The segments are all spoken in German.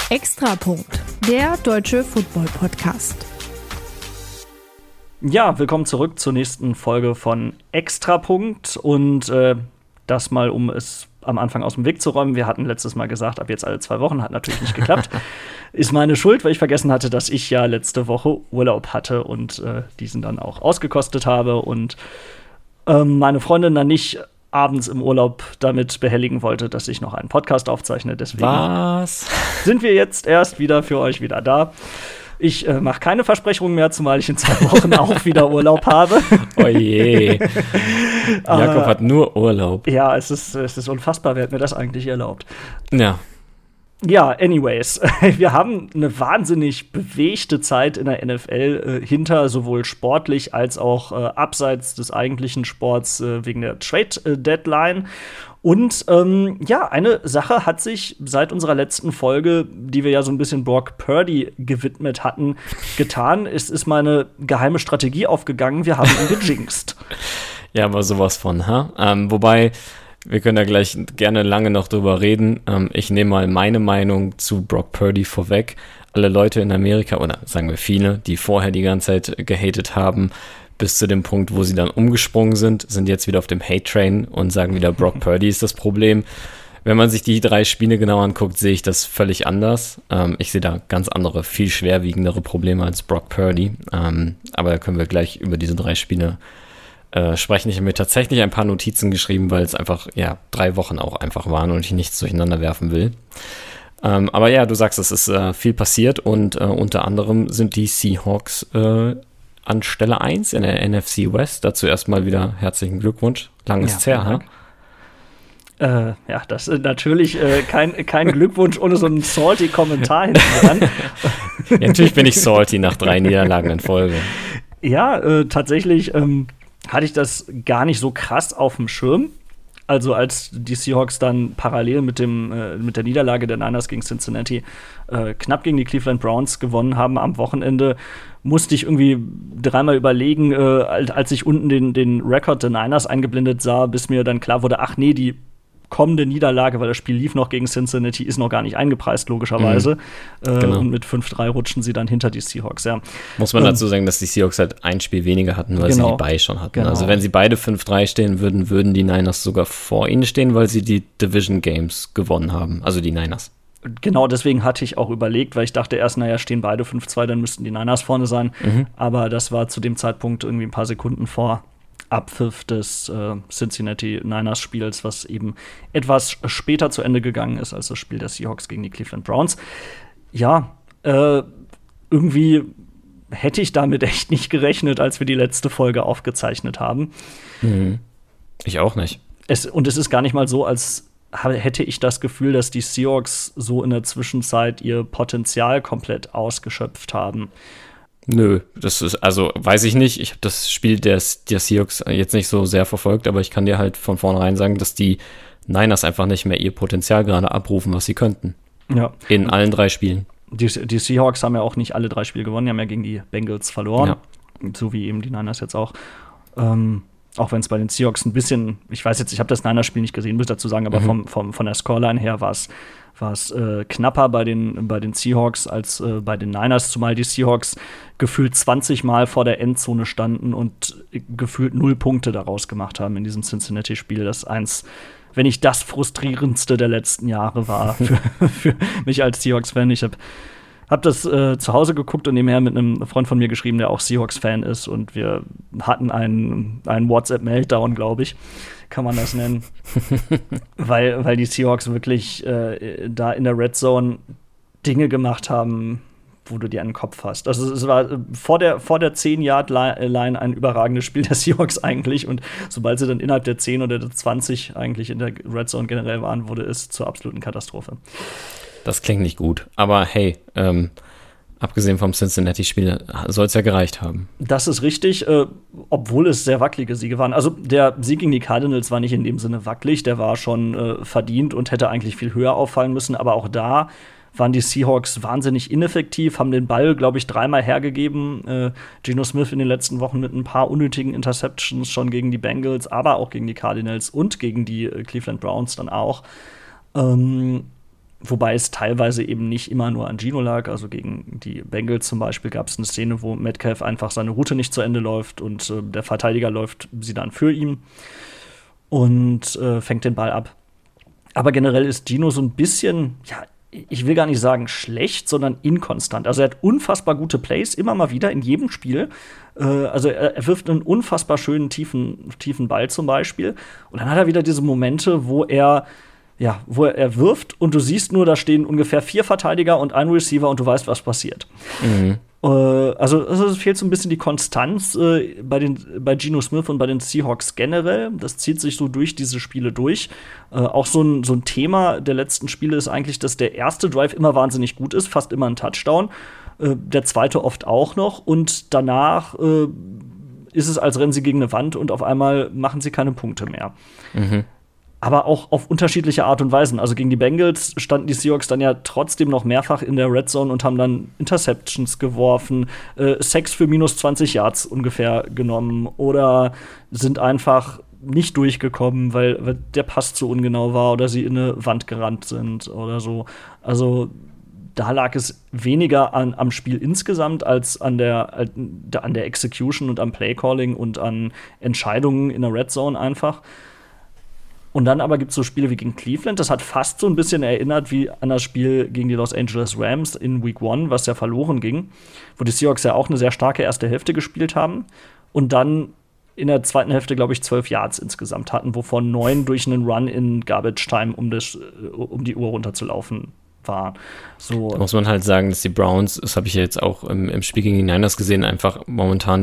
Extrapunkt, der deutsche Football-Podcast. Ja, willkommen zurück zur nächsten Folge von Extrapunkt. Und das mal, um es am Anfang aus dem Weg zu räumen. Wir hatten letztes Mal gesagt, ab jetzt alle 2 Wochen, hat natürlich nicht geklappt. Ist meine Schuld, weil ich vergessen hatte, dass ich ja letzte Woche Urlaub hatte und diesen dann auch ausgekostet habe. Und meine Freundin dann nicht abends im Urlaub damit behelligen wollte, dass ich noch einen Podcast aufzeichne. Deswegen sind wir jetzt erst wieder für euch wieder da. Ich mache keine Versprechungen mehr, zumal ich in 2 Wochen auch wieder Urlaub habe. Oh je. Jakob hat nur Urlaub. Ja, es ist unfassbar. Wer hat mir das eigentlich erlaubt? Ja, anyways. Wir haben eine wahnsinnig bewegte Zeit in der NFL hinter, sowohl sportlich als auch abseits des eigentlichen Sports wegen der Trade-Deadline. Und eine Sache hat sich seit unserer letzten Folge, die wir ja so ein bisschen Brock Purdy gewidmet hatten, getan. Es ist meine geheime Strategie aufgegangen. Wir haben ihn gejinxt. Ja, aber sowas von, wobei, wir können da gleich gerne lange noch drüber reden. Ich nehme mal meine Meinung zu Brock Purdy vorweg. Alle Leute in Amerika, oder sagen wir viele, die vorher die ganze Zeit gehatet haben, bis zu dem Punkt, wo sie dann umgesprungen sind jetzt wieder auf dem Hate-Train und sagen wieder, Brock Purdy ist das Problem. Wenn man sich die 3 Spiele genau anguckt, sehe ich das völlig anders. Ich sehe da ganz andere, viel schwerwiegendere Probleme als Brock Purdy. Aber da können wir gleich über diese 3 Spiele sprechen. Ich habe mir tatsächlich ein paar Notizen geschrieben, weil es einfach 3 Wochen auch einfach waren und ich nichts durcheinander werfen will. Aber ja, du sagst, es ist viel passiert und unter anderem sind die Seahawks an Stelle 1 in der NFC West. Dazu erstmal wieder herzlichen Glückwunsch. Lang ist's her, das ist natürlich kein Glückwunsch ohne so einen salty Kommentar hinten dran. Ja, natürlich bin ich salty nach 3 Niederlagen in Folge. Ja, tatsächlich hatte ich das gar nicht so krass auf dem Schirm. Also als die Seahawks dann parallel mit der Niederlage der Niners gegen Cincinnati knapp gegen die Cleveland Browns gewonnen haben am Wochenende, musste ich irgendwie 3-mal überlegen, als ich unten den Rekord der Niners eingeblendet sah, bis mir dann klar wurde, ach nee, die kommende Niederlage, weil das Spiel lief noch gegen Cincinnati, ist noch gar nicht eingepreist, logischerweise. Genau. Und mit 5-3 rutschen sie dann hinter die Seahawks, ja. Muss man dazu sagen, dass die Seahawks halt ein Spiel weniger hatten, weil sie die beide schon hatten. Genau. Also wenn sie beide 5-3 stehen würden die Niners sogar vor ihnen stehen, weil sie die Division Games gewonnen haben. Also die Niners. Genau, deswegen hatte ich auch überlegt, weil ich dachte erst, stehen beide 5-2, dann müssten die Niners vorne sein. Aber das war zu dem Zeitpunkt irgendwie ein paar Sekunden vor Abpfiff des Cincinnati Niners-Spiels, was eben etwas später zu Ende gegangen ist als das Spiel der Seahawks gegen die Cleveland Browns. Ja, irgendwie hätte ich damit echt nicht gerechnet, als wir die letzte Folge aufgezeichnet haben. Ich auch nicht. Und es ist gar nicht mal so, als hätte ich das Gefühl, dass die Seahawks so in der Zwischenzeit ihr Potenzial komplett ausgeschöpft haben. Nö, das ist, also weiß ich nicht. Ich habe das Spiel der Seahawks jetzt nicht so sehr verfolgt, aber ich kann dir halt von vornherein sagen, dass die Niners einfach nicht mehr ihr Potenzial gerade abrufen, was sie könnten. Ja. In allen 3 Spielen. Die Seahawks haben ja auch nicht alle 3 Spiele gewonnen, die haben ja gegen die Bengals verloren. Ja. So wie eben die Niners jetzt auch. Auch wenn es bei den Seahawks ein bisschen, ich weiß jetzt, ich habe das Niners-Spiel nicht gesehen, muss ich dazu sagen, aber von der Scoreline her war es knapper bei den Seahawks als bei den Niners, zumal die Seahawks gefühlt 20 Mal vor der Endzone standen und gefühlt 0 Punkte daraus gemacht haben in diesem Cincinnati-Spiel. Das eins, wenn nicht das frustrierendste der letzten Jahre war für mich als Seahawks-Fan. Ich hab das zu Hause geguckt und nebenher mit einem Freund von mir geschrieben, der auch Seahawks-Fan ist. Und wir hatten einen WhatsApp-Meltdown, glaube ich, kann man das nennen. weil die Seahawks wirklich da in der Red Zone Dinge gemacht haben, wo du dir einen Kopf hast. Also es war vor der 10-Yard-Line ein überragendes Spiel der Seahawks eigentlich. Und sobald sie dann innerhalb der 10 oder der 20 eigentlich in der Red Zone generell waren, wurde es zur absoluten Katastrophe. Das klingt nicht gut. Aber hey, abgesehen vom Cincinnati-Spiel soll es ja gereicht haben. Das ist richtig, obwohl es sehr wackelige Siege waren. Also der Sieg gegen die Cardinals war nicht in dem Sinne wackelig, der war schon verdient und hätte eigentlich viel höher auffallen müssen. Aber auch da waren die Seahawks wahnsinnig ineffektiv, haben den Ball, glaube ich, 3-mal hergegeben. Geno Smith in den letzten Wochen mit ein paar unnötigen Interceptions schon gegen die Bengals, aber auch gegen die Cardinals und gegen die Cleveland Browns dann auch. Wobei es teilweise eben nicht immer nur an Geno lag. Also gegen die Bengals zum Beispiel gab es eine Szene, wo Metcalf einfach seine Route nicht zu Ende läuft und der Verteidiger läuft sie dann für ihn und fängt den Ball ab. Aber generell ist Geno so ein bisschen, ja, ich will gar nicht sagen schlecht, sondern inkonstant. Also er hat unfassbar gute Plays, immer mal wieder in jedem Spiel. Also er wirft einen unfassbar schönen, tiefen Ball zum Beispiel. Und dann hat er wieder diese Momente, wo er wirft und du siehst nur, da stehen ungefähr 4 Verteidiger und ein Receiver und du weißt, was passiert. Mhm. Also es fehlt so ein bisschen die Konstanz bei Geno Smith und bei den Seahawks generell. Das zieht sich so durch diese Spiele durch. Auch so ein Thema der letzten Spiele ist eigentlich, dass der erste Drive immer wahnsinnig gut ist, fast immer ein Touchdown. Der zweite oft auch noch. Und danach ist es, als rennen sie gegen eine Wand und auf einmal machen sie keine Punkte mehr. Mhm. Aber auch auf unterschiedliche Art und Weisen. Also gegen die Bengals standen die Seahawks dann ja trotzdem noch mehrfach in der Red Zone und haben dann Interceptions geworfen, Sacks für minus 20 Yards ungefähr genommen oder sind einfach nicht durchgekommen, weil der Pass zu ungenau war oder sie in eine Wand gerannt sind oder so. Also da lag es weniger am Spiel insgesamt als an der Execution und am Playcalling und an Entscheidungen in der Red Zone einfach. Und dann aber gibt es so Spiele wie gegen Cleveland. Das hat fast so ein bisschen erinnert wie an das Spiel gegen die Los Angeles Rams in Week 1, was ja verloren ging, wo die Seahawks ja auch eine sehr starke erste Hälfte gespielt haben und dann in der zweiten Hälfte, glaube ich, 12 Yards insgesamt hatten, wovon 9 durch einen Run in Garbage Time, um die Uhr runterzulaufen, war. So. Da muss man halt sagen, dass die Browns, das habe ich ja jetzt auch im Spiel gegen die Niners gesehen, einfach momentan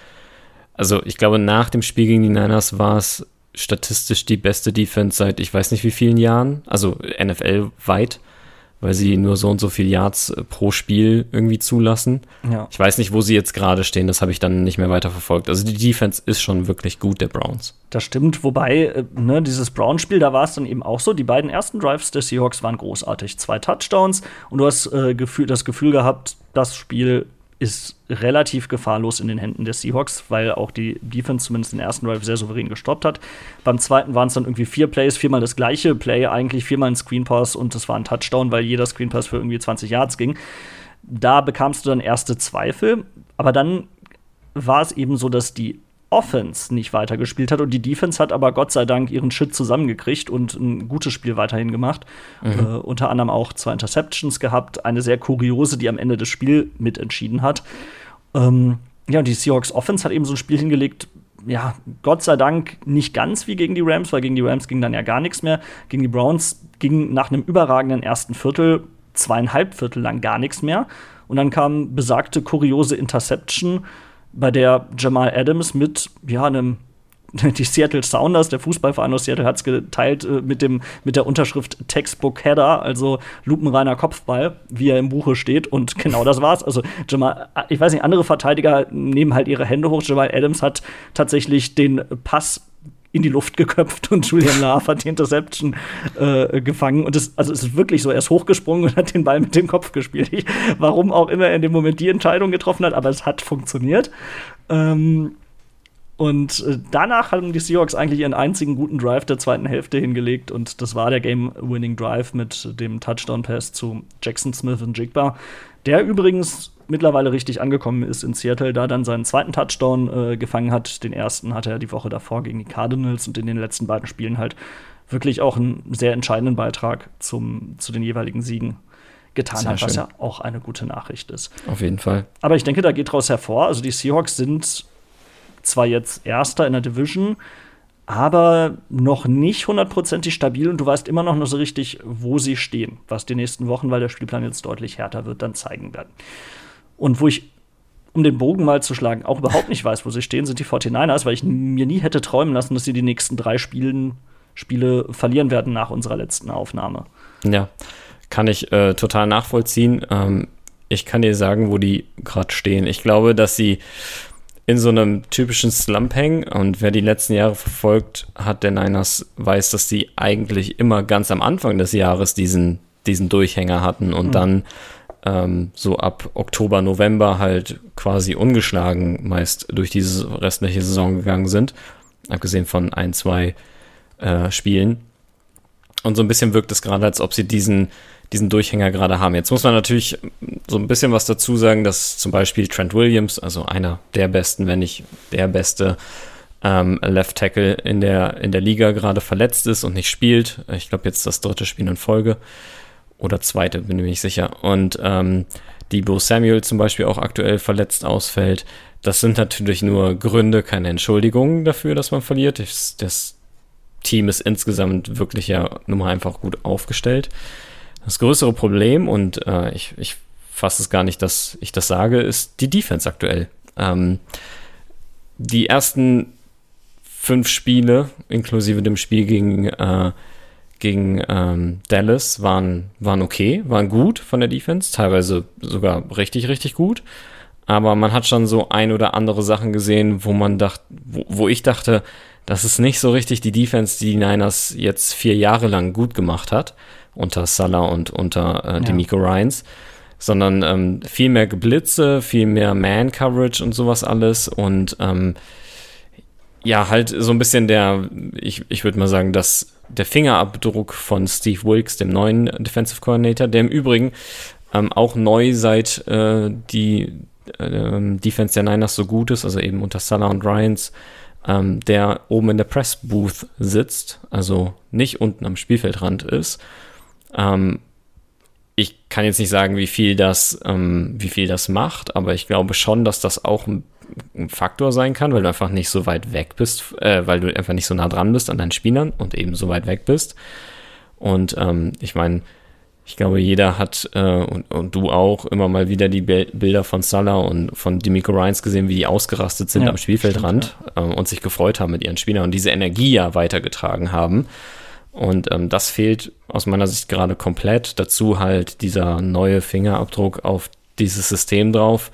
also ich glaube, nach dem Spiel gegen die Niners war es statistisch die beste Defense seit ich weiß nicht wie vielen Jahren, also NFL-weit, weil sie nur so und so viel Yards pro Spiel irgendwie zulassen. Ja. Ich weiß nicht, wo sie jetzt gerade stehen, das habe ich dann nicht mehr weiter verfolgt. Also die Defense ist schon wirklich gut, der Browns. Das stimmt, wobei, dieses Browns-Spiel, da war es dann eben auch so, die beiden ersten Drives der Seahawks waren großartig. 2 Touchdowns und du hast das Gefühl gehabt, das Spiel ist relativ gefahrlos in den Händen der Seahawks, weil auch die Defense zumindest den ersten Drive sehr souverän gestoppt hat. Beim zweiten waren es dann irgendwie 4 Plays, 4-mal das gleiche Play, eigentlich 4-mal ein Screen Pass und das war ein Touchdown, weil jeder Screen Pass für irgendwie 20 Yards ging. Da bekamst du dann erste Zweifel, aber dann war es eben so, dass die Offense nicht weitergespielt hat und die Defense hat aber Gott sei Dank ihren Shit zusammengekriegt und ein gutes Spiel weiterhin gemacht. Unter anderem auch 2 Interceptions gehabt, eine sehr kuriose, die am Ende das Spiel mitentschieden hat. Und die Seahawks Offense hat eben so ein Spiel hingelegt, ja, Gott sei Dank nicht ganz wie gegen die Rams, weil gegen die Rams ging dann ja gar nichts mehr. Gegen die Browns ging nach einem überragenden ersten Viertel 2,5 Viertel lang gar nichts mehr. Und dann kam besagte kuriose Interception, bei der Jamal Adams mit die Seattle Sounders, der Fußballverein aus Seattle, hat es geteilt mit der Unterschrift Textbook Header, also lupenreiner Kopfball, wie er im Buche steht. Und genau das war's. Also ich weiß nicht, andere Verteidiger nehmen halt ihre Hände hoch. Jamal Adams hat tatsächlich den Pass in die Luft geköpft und Julian Love hat die Interception gefangen. Und es ist wirklich so, er ist hochgesprungen und hat den Ball mit dem Kopf gespielt. Warum auch immer er in dem Moment die Entscheidung getroffen hat, aber es hat funktioniert. Und danach haben die Seahawks eigentlich ihren einzigen guten Drive der zweiten Hälfte hingelegt. Und das war der Game-Winning-Drive mit dem Touchdown-Pass zu Jackson Smith-Njigba, der übrigens mittlerweile richtig angekommen ist in Seattle, da dann seinen zweiten Touchdown gefangen hat. Den ersten hatte er die Woche davor gegen die Cardinals und in den letzten beiden Spielen halt wirklich auch einen sehr entscheidenden Beitrag zu den jeweiligen Siegen getan hat, was ja auch eine gute Nachricht ist. Auf jeden Fall. Aber ich denke, da geht daraus hervor, also die Seahawks sind zwar jetzt Erster in der Division, aber noch nicht 100% stabil und du weißt immer noch nicht so richtig, wo sie stehen, was die nächsten Wochen, weil der Spielplan jetzt deutlich härter wird, dann zeigen werden. Und wo ich, um den Bogen mal zu schlagen, auch überhaupt nicht weiß, wo sie stehen, sind die 49ers, weil ich mir nie hätte träumen lassen, dass sie die nächsten 3 Spiele verlieren werden nach unserer letzten Aufnahme. Ja, kann ich total nachvollziehen. Ich kann dir sagen, wo die gerade stehen. Ich glaube, dass sie in so einem typischen Slump hängen und wer die letzten Jahre verfolgt hat, der Niners weiß, dass die eigentlich immer ganz am Anfang des Jahres diesen Durchhänger hatten und dann so ab Oktober, November halt quasi ungeschlagen meist durch diese restliche Saison gegangen sind, abgesehen von 1, 2 Spielen. Und so ein bisschen wirkt es gerade, als ob sie diesen diesen Durchhänger gerade haben. Jetzt muss man natürlich so ein bisschen was dazu sagen, dass zum Beispiel Trent Williams, also einer der besten, wenn nicht der beste Left Tackle in der Liga, gerade verletzt ist und nicht spielt. Ich glaube jetzt das 3. Spiel in Folge oder 2., bin ich nicht sicher. Und Deebo Samuel zum Beispiel auch aktuell verletzt ausfällt. Das sind natürlich nur Gründe, keine Entschuldigungen dafür, dass man verliert. Das Team ist insgesamt wirklich ja nun mal einfach gut aufgestellt. Das größere Problem, und ich fasse es gar nicht, dass ich das sage, ist die Defense aktuell. Die ersten 5 Spiele, inklusive dem Spiel gegen Dallas, waren okay, waren gut von der Defense, teilweise sogar richtig, richtig gut. Aber man hat schon so ein oder andere Sachen gesehen, wo ich dachte, das ist nicht so richtig die Defense, die Niners jetzt 4 Jahre lang gut gemacht hat, unter Salah und unter DeMeco Ryans, sondern viel mehr Geblitze, viel mehr Man-Coverage und sowas alles und halt so ein bisschen ich würde mal sagen, der Fingerabdruck von Steve Wilkes, dem neuen Defensive Coordinator, der im Übrigen auch neu seit die Defense der Niners so gut ist, also eben unter Salah und Ryans, der oben in der Press Booth sitzt, also nicht unten am Spielfeldrand ist. Ich kann jetzt nicht sagen, wie viel das macht, aber ich glaube schon, dass das auch ein Faktor sein kann, weil du einfach nicht so weit weg bist, weil du einfach nicht so nah dran bist an deinen Spielern und eben so weit weg bist. Und ich meine, ich glaube, jeder hat, und du auch, immer mal wieder die Bilder von Salah und von DeMeco Ryans gesehen, wie die ausgerastet sind am Spielfeldrand und sich gefreut haben mit ihren Spielern und diese Energie ja weitergetragen haben. Und das fehlt aus meiner Sicht gerade komplett. Dazu halt dieser neue Fingerabdruck auf dieses System drauf,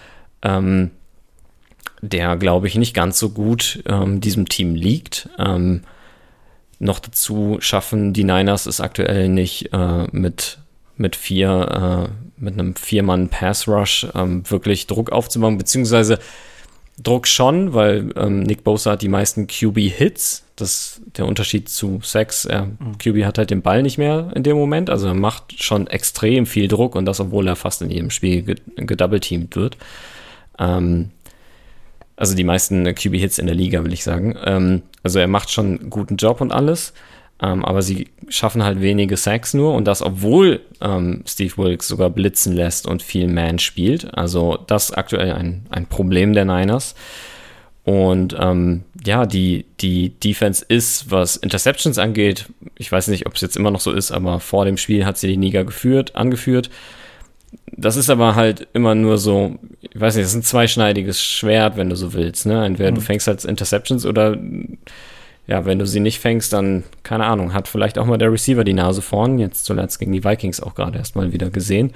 der, glaube ich, nicht ganz so gut diesem Team liegt. Noch dazu schaffen die Niners es aktuell nicht mit einem 4-Mann-Pass-Rush wirklich Druck aufzubauen, beziehungsweise Druck schon, weil Nick Bosa hat die meisten QB-Hits. Das ist der Unterschied zu Sacks. QB hat halt den Ball nicht mehr in dem Moment, also er macht schon extrem viel Druck und das, obwohl er fast in jedem Spiel gedouble-teamt wird. Also die meisten QB-Hits in der Liga, will ich sagen. Also er macht schon einen guten Job und alles, aber sie schaffen halt wenige Sacks nur und das, obwohl Steve Wilkes sogar blitzen lässt und viel Man spielt. Also das ist aktuell ein Problem der Niners. Und die Defense ist, was Interceptions angeht, ich weiß nicht, ob es jetzt immer noch so ist, aber vor dem Spiel hat sie die Liga angeführt. Das ist aber halt immer nur so, ich weiß nicht, das ist ein zweischneidiges Schwert, wenn du so willst, ne? Entweder du fängst halt Interceptions oder ja, wenn du sie nicht fängst, dann, keine Ahnung, hat vielleicht auch mal der Receiver die Nase vorn, jetzt zuletzt gegen die Vikings auch gerade erst mal wieder gesehen.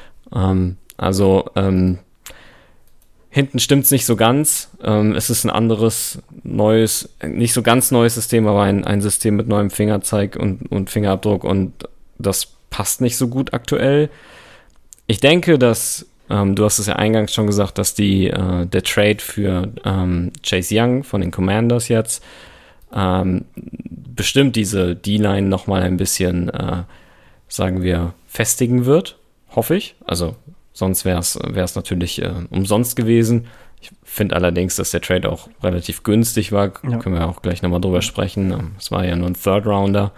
Hinten stimmt's nicht so ganz. Es ist ein anderes, neues, nicht so ganz neues System, aber ein System mit neuem Fingerzeig und Fingerabdruck und das passt nicht so gut aktuell. Ich denke, dass, du hast es ja eingangs schon gesagt, dass der Trade für Chase Young von den Commanders jetzt bestimmt diese D-Line nochmal ein bisschen, sagen wir, festigen wird, hoffe ich. Also sonst wäre es natürlich umsonst gewesen. Ich finde allerdings, dass der Trade auch relativ günstig war. Ja. Können wir auch gleich nochmal drüber sprechen. Es war ja nur ein Third-Rounder.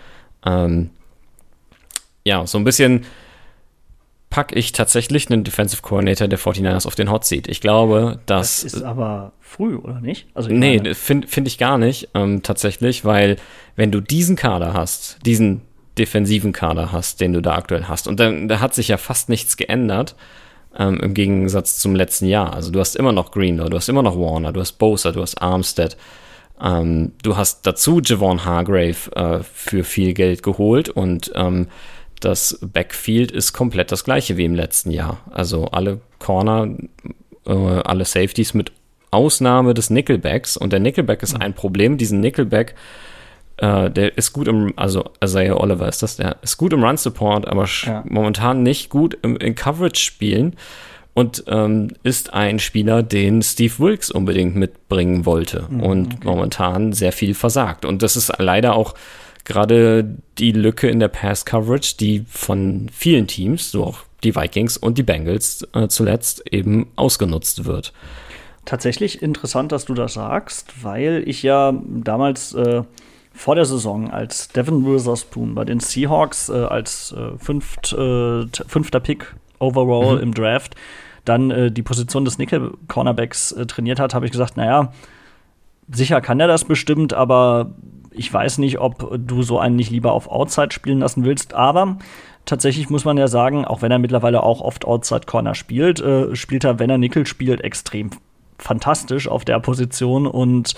So ein bisschen packe ich tatsächlich einen Defensive Coordinator der 49ers auf den Hot Seat. Ich glaube, das ist aber früh, oder nicht? Also nee, finde ich gar nicht, tatsächlich, weil wenn du diesen Kader hast, diesen defensiven Kader hast, den du da aktuell hast, und da hat sich ja fast nichts geändert, im Gegensatz zum letzten Jahr. Also du hast immer noch Greenlaw, du hast immer noch Warner, du hast Bosa, du hast Armstead, du hast dazu Javon Hargrave für viel Geld geholt und das Backfield ist komplett das gleiche wie im letzten Jahr. Also alle Corner, alle Safeties mit Ausnahme des Nickelbacks. Und der Nickelback ist ein Problem. Diesen Nickelback, der ist gut also Isaiah Oliver ist das, der ist gut im Run-Support, aber momentan nicht gut in Coverage-Spielen und ist ein Spieler, den Steve Wilkes unbedingt mitbringen wollte und momentan sehr viel versagt. Und das ist leider auch gerade die Lücke in der Pass-Coverage, die von vielen Teams, so auch die Vikings und die Bengals zuletzt eben ausgenutzt wird. Tatsächlich interessant, dass du das sagst, weil ich ja damals vor der Saison als Devin Witherspoon bei den Seahawks als fünfter Pick overall im Draft dann die Position des Nickel-Cornerbacks trainiert hat, habe ich gesagt, naja, sicher kann er das bestimmt, aber ich weiß nicht, ob du so einen nicht lieber auf Outside spielen lassen willst. Aber tatsächlich muss man ja sagen, auch wenn er mittlerweile auch oft Outside Corner spielt, spielt er, wenn er Nickel spielt, extrem fantastisch auf der Position. Und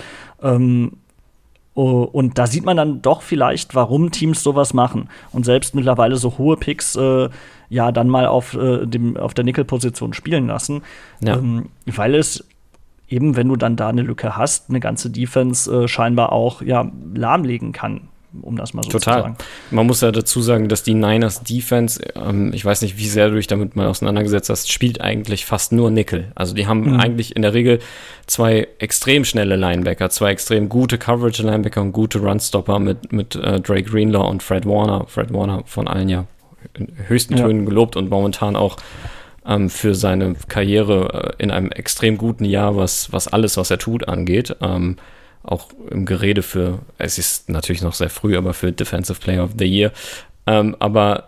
da sieht man dann doch vielleicht, warum Teams sowas machen. Und selbst mittlerweile so hohe Picks dann mal auf der Nickel-Position spielen lassen. Ja. Weil es eben, wenn du dann da eine Lücke hast, eine ganze Defense scheinbar auch lahmlegen kann, um das mal so zu sagen. Man muss ja dazu sagen, dass die Niners Defense, ich weiß nicht, wie sehr du dich damit mal auseinandergesetzt hast, spielt eigentlich fast nur Nickel. Also die haben eigentlich in der Regel zwei extrem schnelle Linebacker, zwei extrem gute Coverage-Linebacker und gute Runstopper mit Drake Greenlaw und Fred Warner. Fred Warner von allen ja in höchsten Tönen gelobt und momentan auch für seine Karriere in einem extrem guten Jahr, was alles, was er tut, angeht. Auch im Gerede es ist natürlich noch sehr früh, aber für Defensive Player of the Year. Und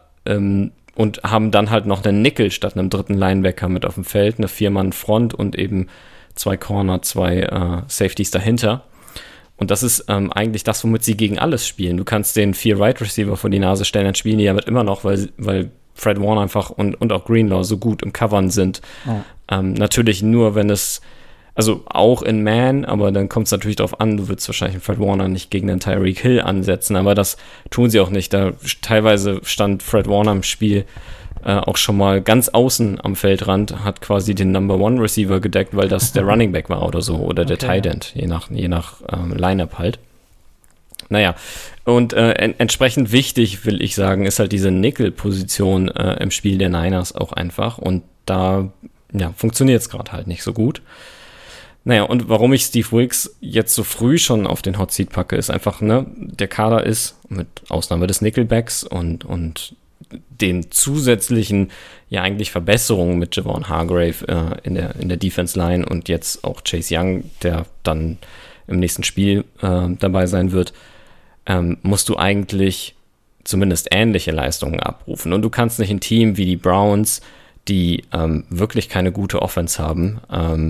haben dann halt noch einen Nickel statt einem dritten Linebacker mit auf dem Feld, eine 4-Mann-Front und eben 2 Corner, 2 Safeties dahinter. Und das ist eigentlich das, womit sie gegen alles spielen. Du kannst den 4 Wide Receiver vor die Nase stellen, dann spielen die damit immer noch, weil Fred Warner einfach und auch Greenlaw so gut im Covern sind. Oh. Natürlich nur, wenn es, also auch in Man, aber dann kommt es natürlich darauf an, du würdest wahrscheinlich Fred Warner nicht gegen den Tyreek Hill ansetzen, aber das tun sie auch nicht. Da teilweise stand Fred Warner im Spiel auch schon mal ganz außen am Feldrand, hat quasi den Number One Receiver gedeckt, weil das der Running Back war oder so, oder der Tight End, je nach Lineup halt. Naja, und entsprechend wichtig, will ich sagen, ist halt diese Nickel-Position im Spiel der Niners auch einfach. Und da funktioniert es gerade halt nicht so gut. Naja, und warum ich Steve Wilks jetzt so früh schon auf den Hot Seat packe, ist einfach, der Kader ist, mit Ausnahme des Nickelbacks und den zusätzlichen, eigentlich Verbesserungen mit Javon Hargrave in der Defense-Line und jetzt auch Chase Young, der dann im nächsten Spiel dabei sein wird, musst du eigentlich zumindest ähnliche Leistungen abrufen. Und du kannst nicht ein Team wie die Browns, die wirklich keine gute Offense haben,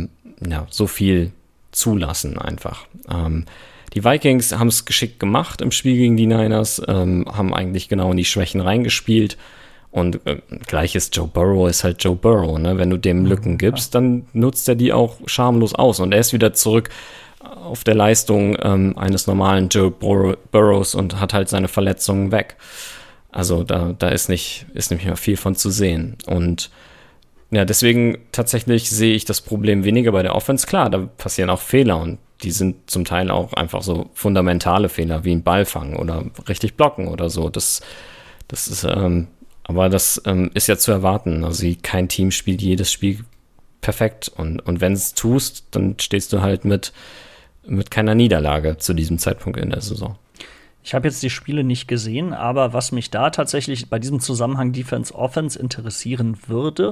so viel zulassen einfach. Die Vikings haben es geschickt gemacht im Spiel gegen die Niners, haben eigentlich genau in die Schwächen reingespielt. Und gleiches Joe Burrow ist halt Joe Burrow. Ne? Wenn du dem Lücken gibst, dann nutzt er die auch schamlos aus. Und er ist wieder zurück auf der Leistung eines normalen Joe Burrows und hat halt seine Verletzungen weg. Also da ist nicht mehr viel von zu sehen. Und deswegen tatsächlich sehe ich das Problem weniger bei der Offense. Klar, da passieren auch Fehler und die sind zum Teil auch einfach so fundamentale Fehler, wie ein Ball fangen oder richtig blocken oder so. Das ist, aber das ist ja zu erwarten. Also kein Team spielt jedes Spiel perfekt und wenn es tust, dann stehst du halt mit keiner Niederlage zu diesem Zeitpunkt in der Saison. Ich habe jetzt die Spiele nicht gesehen, aber was mich da tatsächlich bei diesem Zusammenhang Defense-Offense interessieren würde,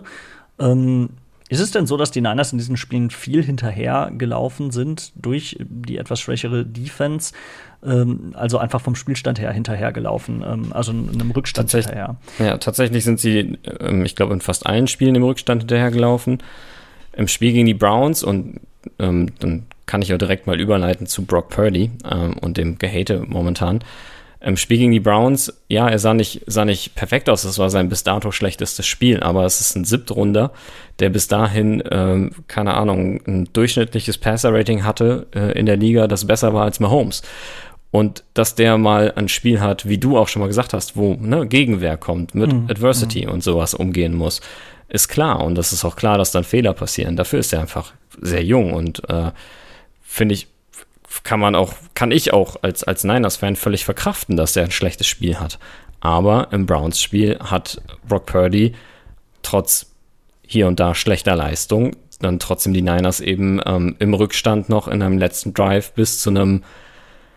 ist es denn so, dass die Niners in diesen Spielen viel hinterher gelaufen sind durch die etwas schwächere Defense? Also einfach vom Spielstand her hinterher gelaufen, also in einem Rückstand hinterher. Ja, tatsächlich sind sie, ich glaube, in fast allen Spielen im Rückstand hinterher gelaufen. Im Spiel gegen die Browns und dann kann ich auch direkt mal überleiten zu Brock Purdy und dem Gehate momentan. Im Spiel gegen die Browns, er sah nicht perfekt aus, das war sein bis dato schlechtestes Spiel, aber es ist ein Siebtrunder, der bis dahin, keine Ahnung, ein durchschnittliches Passer-Rating hatte in der Liga, das besser war als Mahomes. Und dass der mal ein Spiel hat, wie du auch schon mal gesagt hast, wo Gegenwehr kommt, mit Adversity und sowas umgehen muss, ist klar. Und das ist auch klar, dass dann Fehler passieren. Dafür ist er einfach sehr jung und finde ich, kann ich auch als Niners-Fan völlig verkraften, dass er ein schlechtes Spiel hat. Aber im Browns-Spiel hat Brock Purdy trotz hier und da schlechter Leistung dann trotzdem die Niners eben im Rückstand noch in einem letzten Drive bis zu einem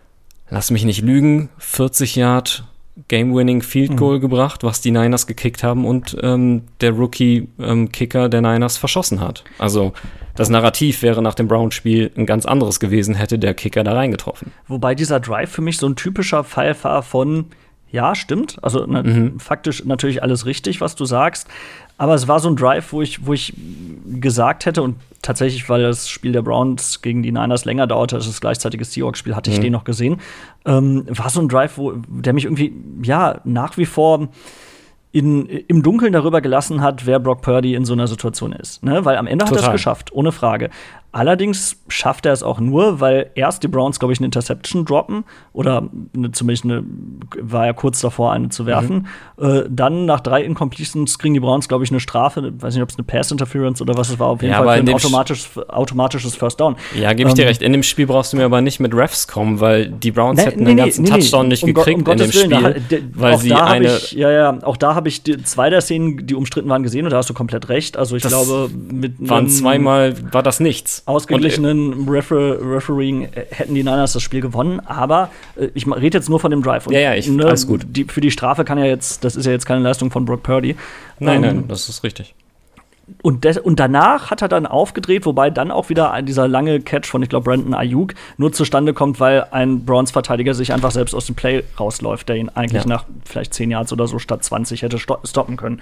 lass mich nicht lügen, 40 Yard Game-Winning Field Goal gebracht, was die Niners gekickt haben und der Rookie-Kicker der Niners verschossen hat. Also das Narrativ wäre nach dem Browns-Spiel ein ganz anderes gewesen, hätte der Kicker da reingetroffen. Wobei dieser Drive für mich so ein typischer Fall war von, ja, stimmt, also faktisch natürlich alles richtig, was du sagst, aber es war so ein Drive, wo ich gesagt hätte, und tatsächlich, weil das Spiel der Browns gegen die Niners länger dauerte als das gleichzeitige Seahawks-Spiel, hatte ich den noch gesehen, war so ein Drive, der mich irgendwie, ja, nach wie vor im Dunkeln darüber gelassen hat, wer Brock Purdy in so einer Situation ist. Ne? Weil am Ende hat er es geschafft, ohne Frage. Allerdings schafft er es auch nur, weil erst die Browns, glaube ich, eine Interception droppen oder zumindest war er kurz davor, eine zu werfen. Dann nach 3 Incompletions kriegen die Browns, glaube ich, eine Strafe. Ich weiß nicht, ob es eine Pass-Interference oder was es war. Auf jeden Fall für ein automatisches First Down. Ja, gebe ich dir recht. In dem Spiel brauchst du mir aber nicht mit Refs kommen, weil die Browns hätten den ganzen Touchdown nicht gekriegt in dem Spiel. Weil sie auch da habe ich 2 der Szenen, die umstritten waren, gesehen und da hast du komplett recht. Also ich glaube, zweimal war das nichts. Ausgeglichenen Refereeing hätten die Niners das Spiel gewonnen, aber ich rede jetzt nur von dem Drive. Und, alles gut. Für die Strafe das ist ja jetzt keine Leistung von Brock Purdy. Nein, das ist richtig. Und danach hat er dann aufgedreht, wobei dann auch wieder dieser lange Catch von, ich glaube, Brandon Ayuk nur zustande kommt, weil ein Browns-Verteidiger sich einfach selbst aus dem Play rausläuft, der ihn eigentlich nach vielleicht 10 Yards oder so statt 20 hätte stoppen können.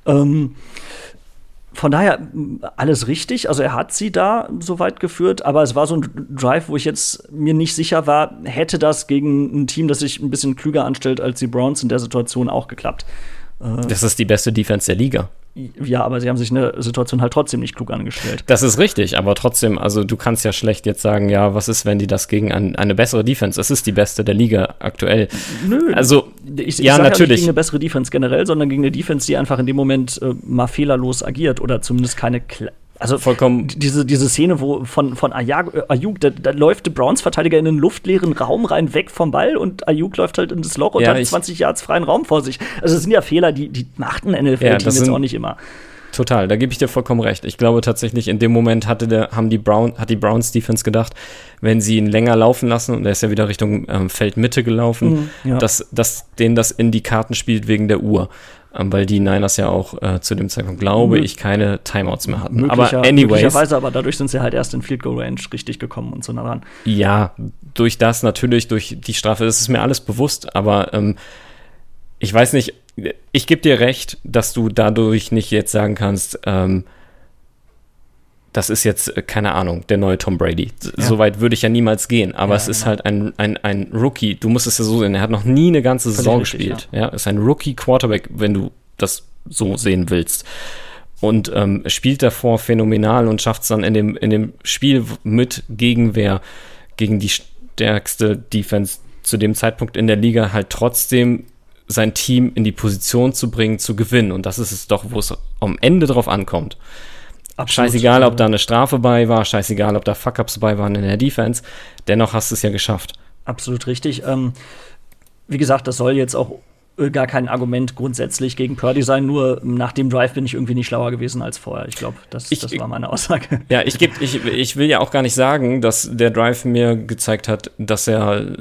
Von daher alles richtig. Also er hat sie da so weit geführt, aber es war so ein Drive, wo ich jetzt mir nicht sicher war, hätte das gegen ein Team, das sich ein bisschen klüger anstellt als die Browns in der Situation auch geklappt. Das ist die beste Defense der Liga. Ja, aber sie haben sich eine Situation halt trotzdem nicht klug angestellt. Das ist richtig, aber trotzdem, also du kannst ja schlecht jetzt sagen, ja, was ist, wenn die das gegen eine bessere Defense? Es ist die beste der Liga aktuell. Nö, also ich sage natürlich nicht gegen eine bessere Defense generell, sondern gegen eine Defense, die einfach in dem Moment mal fehlerlos agiert oder zumindest keine Also vollkommen diese Szene, wo von Ayuk, da läuft der Browns-Verteidiger in einen luftleeren Raum rein, weg vom Ball und Ayuk läuft halt in das Loch und hat 20 Yards freien Raum vor sich. Also das sind ja Fehler, die macht ein NFL-Team jetzt auch nicht immer. Total, da gebe ich dir vollkommen recht. Ich glaube tatsächlich, in dem Moment hat die Browns-Defense gedacht, wenn sie ihn länger laufen lassen, und er ist ja wieder Richtung Feldmitte gelaufen, dass denen das in die Karten spielt wegen der Uhr. Weil die Niners ja auch zu dem Zeitpunkt, glaube ich, keine Timeouts mehr hatten. Möglicherweise, aber dadurch sind sie halt erst in Field Goal Range richtig gekommen und so nah ran. Ja, durch das natürlich, durch die Strafe, das ist mir alles bewusst, aber ich weiß nicht, ich gebe dir recht, dass du dadurch nicht jetzt sagen kannst, das ist jetzt, keine Ahnung, der neue Tom Brady. Ja. Soweit würde ich ja niemals gehen. Aber es ist halt ein Rookie. Du musst es ja so sehen, er hat noch nie eine ganze Saison gespielt. Ja, ist ein Rookie-Quarterback, wenn du das so sehen willst. Und spielt davor phänomenal und schafft es dann in dem Spiel mit Gegenwehr gegen die stärkste Defense zu dem Zeitpunkt in der Liga halt trotzdem sein Team in die Position zu bringen, zu gewinnen. Und das ist es doch, wo es am Ende drauf ankommt. Absolut. Scheißegal, ob da eine Strafe bei war, scheißegal, ob da Fuck-Ups bei waren in der Defense, dennoch hast du es ja geschafft. Absolut richtig. Wie gesagt, das soll jetzt auch gar kein Argument grundsätzlich gegen Purdy sein, nur nach dem Drive bin ich irgendwie nicht schlauer gewesen als vorher. Ich glaube, das war meine Aussage. Ja, ich will ja auch gar nicht sagen, dass der Drive mir gezeigt hat, dass er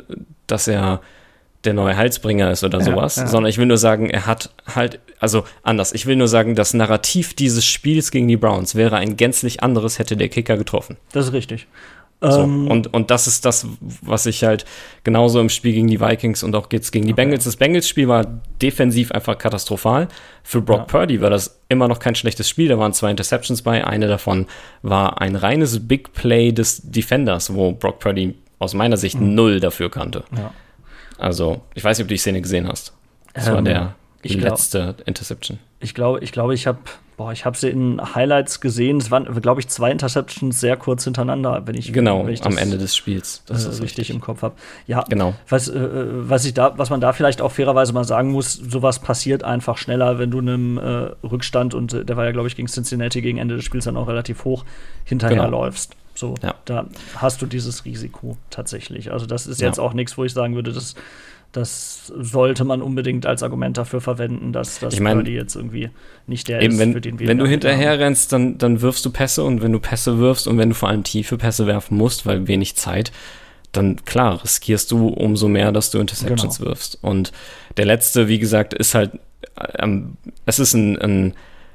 der neue Heilsbringer ist oder sowas, sondern ich will nur sagen, er hat halt, also anders, ich will nur sagen, das Narrativ dieses Spiels gegen die Browns wäre ein gänzlich anderes, hätte der Kicker getroffen. Das ist richtig. So, und das ist das, was ich halt genauso im Spiel gegen die Vikings und auch jetzt gegen die Bengals. Das Bengals-Spiel war defensiv einfach katastrophal. Für Brock Purdy war das immer noch kein schlechtes Spiel. Da waren 2 Interceptions bei. Eine davon war ein reines Big Play des Defenders, wo Brock Purdy aus meiner Sicht 0 dafür kannte. Ja. Also, ich weiß nicht, ob du die Szene gesehen hast. Das war die letzte Interception. Ich glaube, ich habe sie in Highlights gesehen. Es waren, glaube ich, 2 Interceptions sehr kurz hintereinander, wenn ich am Ende des Spiels. Das ist richtig im Kopf habe. Ja, genau. Was man da vielleicht auch fairerweise mal sagen muss, sowas passiert einfach schneller, wenn du einem Rückstand, und der war ja, glaube ich, gegen Cincinnati gegen Ende des Spiels dann auch relativ hoch hinterherläufst. So, da hast du dieses Risiko tatsächlich. Also das ist jetzt auch nichts, wo ich sagen würde, das sollte man unbedingt als Argument dafür verwenden, dass Purdy jetzt irgendwie nicht der ist, für den wir. Wenn du hinterher rennst, dann wirfst du Pässe, und wenn du Pässe wirfst und wenn du vor allem tiefe Pässe werfen musst, weil wenig Zeit, dann klar, riskierst du umso mehr, dass du Interceptions wirfst. Und der letzte, wie gesagt, ist halt, es ist ein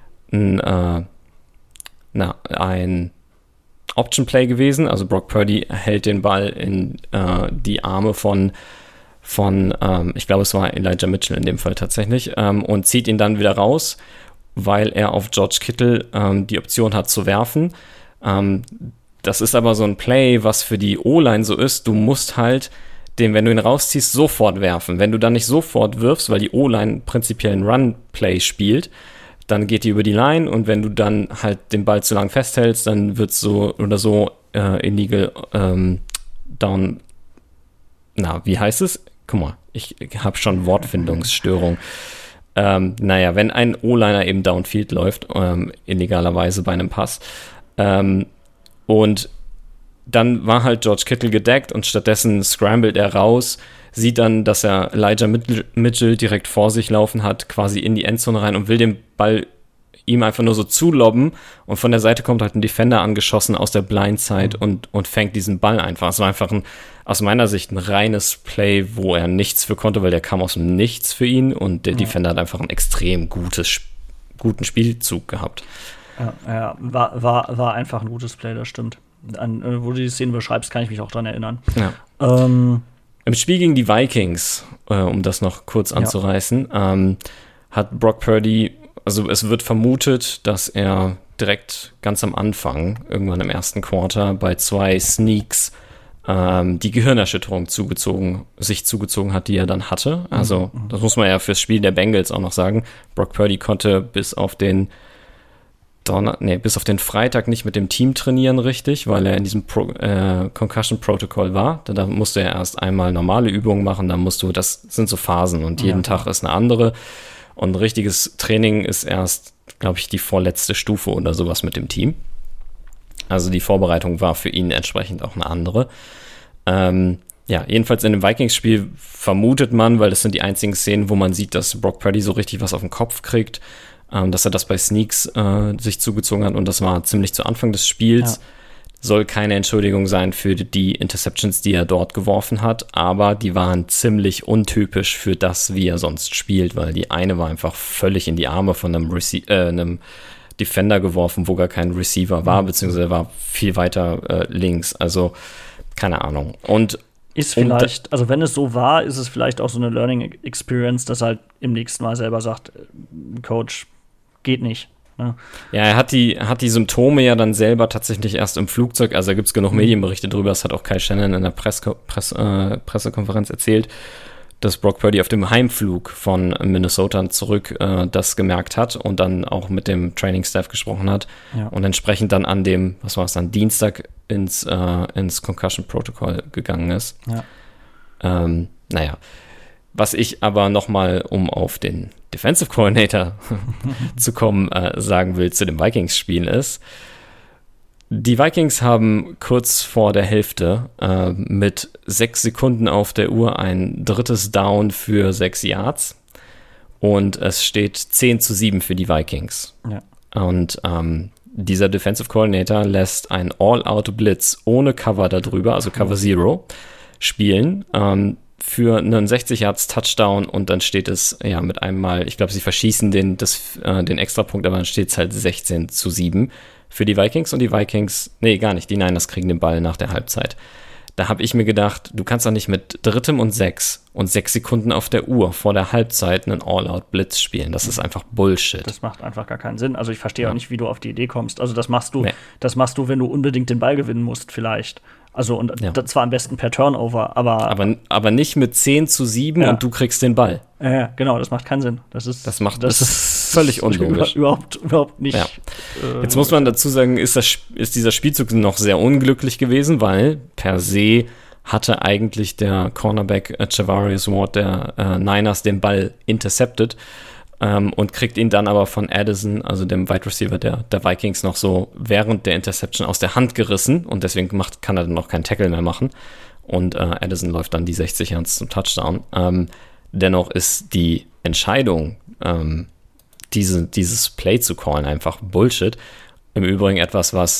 Option-Play gewesen. Also Brock Purdy hält den Ball in die Arme von ich glaube, es war Elijah Mitchell in dem Fall tatsächlich, und zieht ihn dann wieder raus, weil er auf George Kittle die Option hat zu werfen. Das ist aber so ein Play, was für die O-Line so ist, du musst halt wenn du ihn rausziehst, sofort werfen. Wenn du dann nicht sofort wirfst, weil die O-Line prinzipiell ein Run-Play spielt, dann geht die über die Line, und wenn du dann halt den Ball zu lang festhältst, dann wird so oder so illegal down. Wie heißt es? Guck mal, ich habe schon Wortfindungsstörung. Wenn ein O-Liner eben downfield läuft, illegalerweise bei einem Pass, und dann war halt George Kittle gedeckt und stattdessen scrambled er raus, sieht dann, dass er Elijah Mitchell direkt vor sich laufen hat, quasi in die Endzone rein, und will den Ball ihm einfach nur so zulobben, und von der Seite kommt halt ein Defender angeschossen aus der Blindside und fängt diesen Ball einfach. Es war einfach aus meiner Sicht ein reines Play, wo er nichts für konnte, weil der kam aus dem Nichts für ihn, und der Defender hat einfach einen extrem guten Spielzug gehabt. Ja, war einfach ein gutes Play, das stimmt. Wo du die Szene beschreibst, kann ich mich auch dran erinnern. Ja. Im Spiel gegen die Vikings, um das noch kurz anzureißen, hat Brock Purdy, also es wird vermutet, dass er direkt ganz am Anfang, irgendwann im ersten Quarter, bei 2 Sneaks die Gehirnerschütterung sich zugezogen hat, die er dann hatte. Also das muss man ja fürs Spiel der Bengals auch noch sagen. Brock Purdy konnte bis auf den Freitag nicht mit dem Team trainieren richtig, weil er in diesem Concussion-Protokoll war. Da musste er erst einmal normale Übungen machen, das sind so Phasen, und jeden Tag ist eine andere. Und ein richtiges Training ist erst, glaube ich, die vorletzte Stufe oder sowas mit dem Team. Also die Vorbereitung war für ihn entsprechend auch eine andere. Jedenfalls in dem Vikings-Spiel vermutet man, weil das sind die einzigen Szenen, wo man sieht, dass Brock Purdy so richtig was auf den Kopf kriegt, dass er das bei Sneaks sich zugezogen hat, und das war ziemlich zu Anfang des Spiels. Ja. Soll keine Entschuldigung sein für die Interceptions, die er dort geworfen hat, aber die waren ziemlich untypisch für das, wie er sonst spielt, weil die eine war einfach völlig in die Arme von einem Defender geworfen, wo gar kein Receiver war, beziehungsweise war viel weiter links, also keine Ahnung. Und ist vielleicht, also wenn es so war, ist es vielleicht auch so eine Learning Experience, dass er halt im nächsten Mal selber sagt, Coach, geht nicht. Ne? Ja, er hat die Symptome ja dann selber tatsächlich erst im Flugzeug, also da gibt es genug Medienberichte drüber, das hat auch Kyle Shannon in der Pressekonferenz erzählt, dass Brock Purdy auf dem Heimflug von Minnesota zurück das gemerkt hat und dann auch mit dem Training-Staff gesprochen hat und entsprechend dann an dem, Dienstag ins Concussion-Protokoll gegangen ist. Ja. Was ich aber nochmal, um auf den Defensive Coordinator zu kommen, sagen will zu dem Vikings-Spiel ist, die Vikings haben kurz vor der Hälfte mit 6 Sekunden auf der Uhr ein drittes Down für 6 Yards und es steht 10-7 für die Vikings. Ja. Und dieser Defensive Coordinator lässt ein All-Out-Blitz ohne Cover darüber, also Cover Zero, spielen für einen 60-Yards-Touchdown und dann steht es mit einem Mal, ich glaube, sie verschießen den Extrapunkt, aber dann steht es halt 16-7 für die Vikings und die Vikings, gar nicht, die Niners kriegen den Ball nach der Halbzeit. Da habe ich mir gedacht, du kannst doch nicht mit 3. und 6 und 6 Sekunden auf der Uhr vor der Halbzeit einen All-Out-Blitz spielen. Das ist einfach Bullshit. Das macht einfach gar keinen Sinn. Also ich verstehe auch nicht, wie du auf die Idee kommst. Also das machst du, wenn du unbedingt den Ball gewinnen musst vielleicht. Also und das zwar am besten per Turnover, aber nicht mit 10-7 und du kriegst den Ball. Ja, genau, das macht keinen Sinn. Das ist völlig unlogisch. Überhaupt nicht. Ja. Jetzt muss man dazu sagen, ist dieser Spielzug noch sehr unglücklich gewesen, weil per se hatte eigentlich der Cornerback Javarius Ward der Niners den Ball intercepted und kriegt ihn dann aber von Addison, also dem Wide Receiver der Vikings, noch so während der Interception aus der Hand gerissen und deswegen kann er dann noch keinen Tackle mehr machen und Addison läuft dann die 60 Yards zum Touchdown. Dennoch ist die Entscheidung, dieses Play zu callen, einfach Bullshit. Im Übrigen etwas, was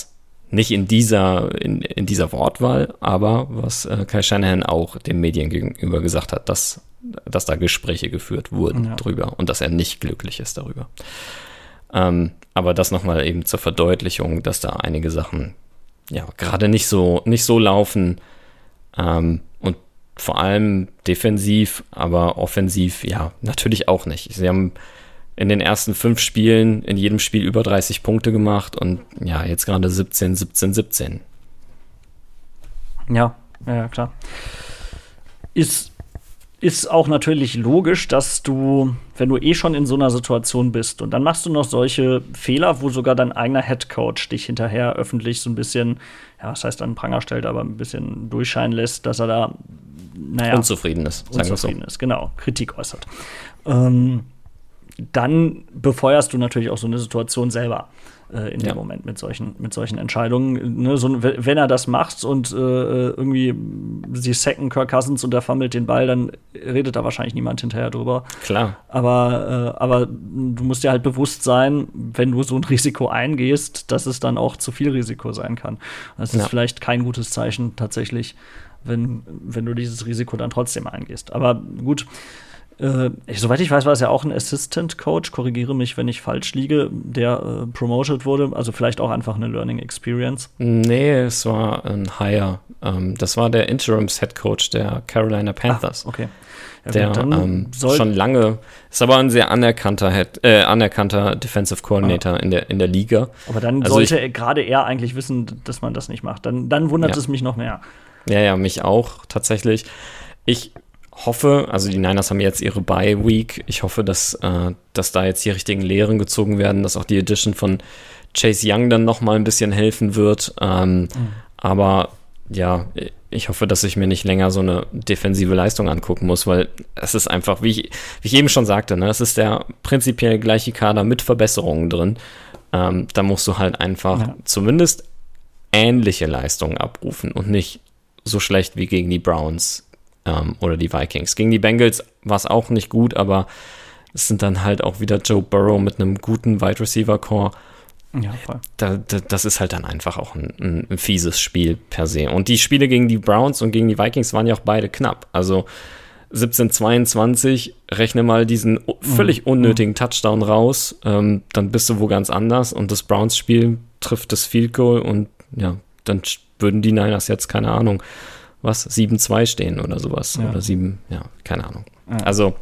Nicht in dieser Wortwahl, aber was Kyle Shanahan auch den Medien gegenüber gesagt hat, dass da Gespräche geführt wurden drüber und dass er nicht glücklich ist darüber. Aber das nochmal eben zur Verdeutlichung, dass da einige Sachen ja gerade nicht so laufen und vor allem defensiv, aber offensiv ja natürlich auch nicht. Sie haben in den ersten 5 Spielen in jedem Spiel über 30 Punkte gemacht und ja, jetzt gerade 17. Ja, klar. Ist auch natürlich logisch, dass du, wenn du schon in so einer Situation bist und dann machst du noch solche Fehler, wo sogar dein eigener Headcoach dich hinterher öffentlich so ein bisschen, ja, was heißt an Pranger stellt, aber ein bisschen durchscheinen lässt, dass er da, unzufrieden ist, sagen wir so. Genau, Kritik äußert. Dann befeuerst du natürlich auch so eine Situation selber in dem Moment mit solchen Entscheidungen. Ne? Wenn er das macht und irgendwie sie sacken Kirk Cousins und er fummelt den Ball, dann redet da wahrscheinlich niemand hinterher drüber. Klar. Aber du musst dir halt bewusst sein, wenn du so ein Risiko eingehst, dass es dann auch zu viel Risiko sein kann. Das ist vielleicht kein gutes Zeichen tatsächlich, wenn du dieses Risiko dann trotzdem eingehst. Aber gut, soweit ich weiß, war es ja auch ein Assistant Coach, korrigiere mich, wenn ich falsch liege, der promoted wurde, also vielleicht auch einfach eine Learning Experience. Nee, es war ein Hire. Das war der Interims-Head Coach der Carolina Panthers. Okay. Ja, der schon lange, ist aber ein sehr anerkannter Defensive Coordinator in der Liga. Aber dann sollte gerade er eigentlich wissen, dass man das nicht macht. Dann wundert es mich noch mehr. Ja, mich auch tatsächlich. Ich hoffe, also die Niners haben jetzt ihre Bye-Week. Ich hoffe, dass da jetzt die richtigen Lehren gezogen werden, dass auch die Edition von Chase Young dann noch mal ein bisschen helfen wird. Aber ja, ich hoffe, dass ich mir nicht länger so eine defensive Leistung angucken muss, weil es ist einfach, wie ich eben schon sagte, ne, es ist der prinzipiell gleiche Kader mit Verbesserungen drin. Da musst du halt einfach zumindest ähnliche Leistungen abrufen und nicht so schlecht wie gegen die Browns oder die Vikings. Gegen die Bengals war es auch nicht gut, aber es sind dann halt auch wieder Joe Burrow mit einem guten Wide Receiver Core. Ja, voll. Das ist halt dann einfach auch ein fieses Spiel per se. Und die Spiele gegen die Browns und gegen die Vikings waren ja auch beide knapp. Also 17-22, rechne mal diesen völlig unnötigen Touchdown raus, dann bist du wo ganz anders und das Browns-Spiel trifft das Field Goal und ja, dann würden die Niners jetzt, keine Ahnung, 7-2 stehen oder sowas. Ja. Oder 7, ja, keine Ahnung. Ja. Also,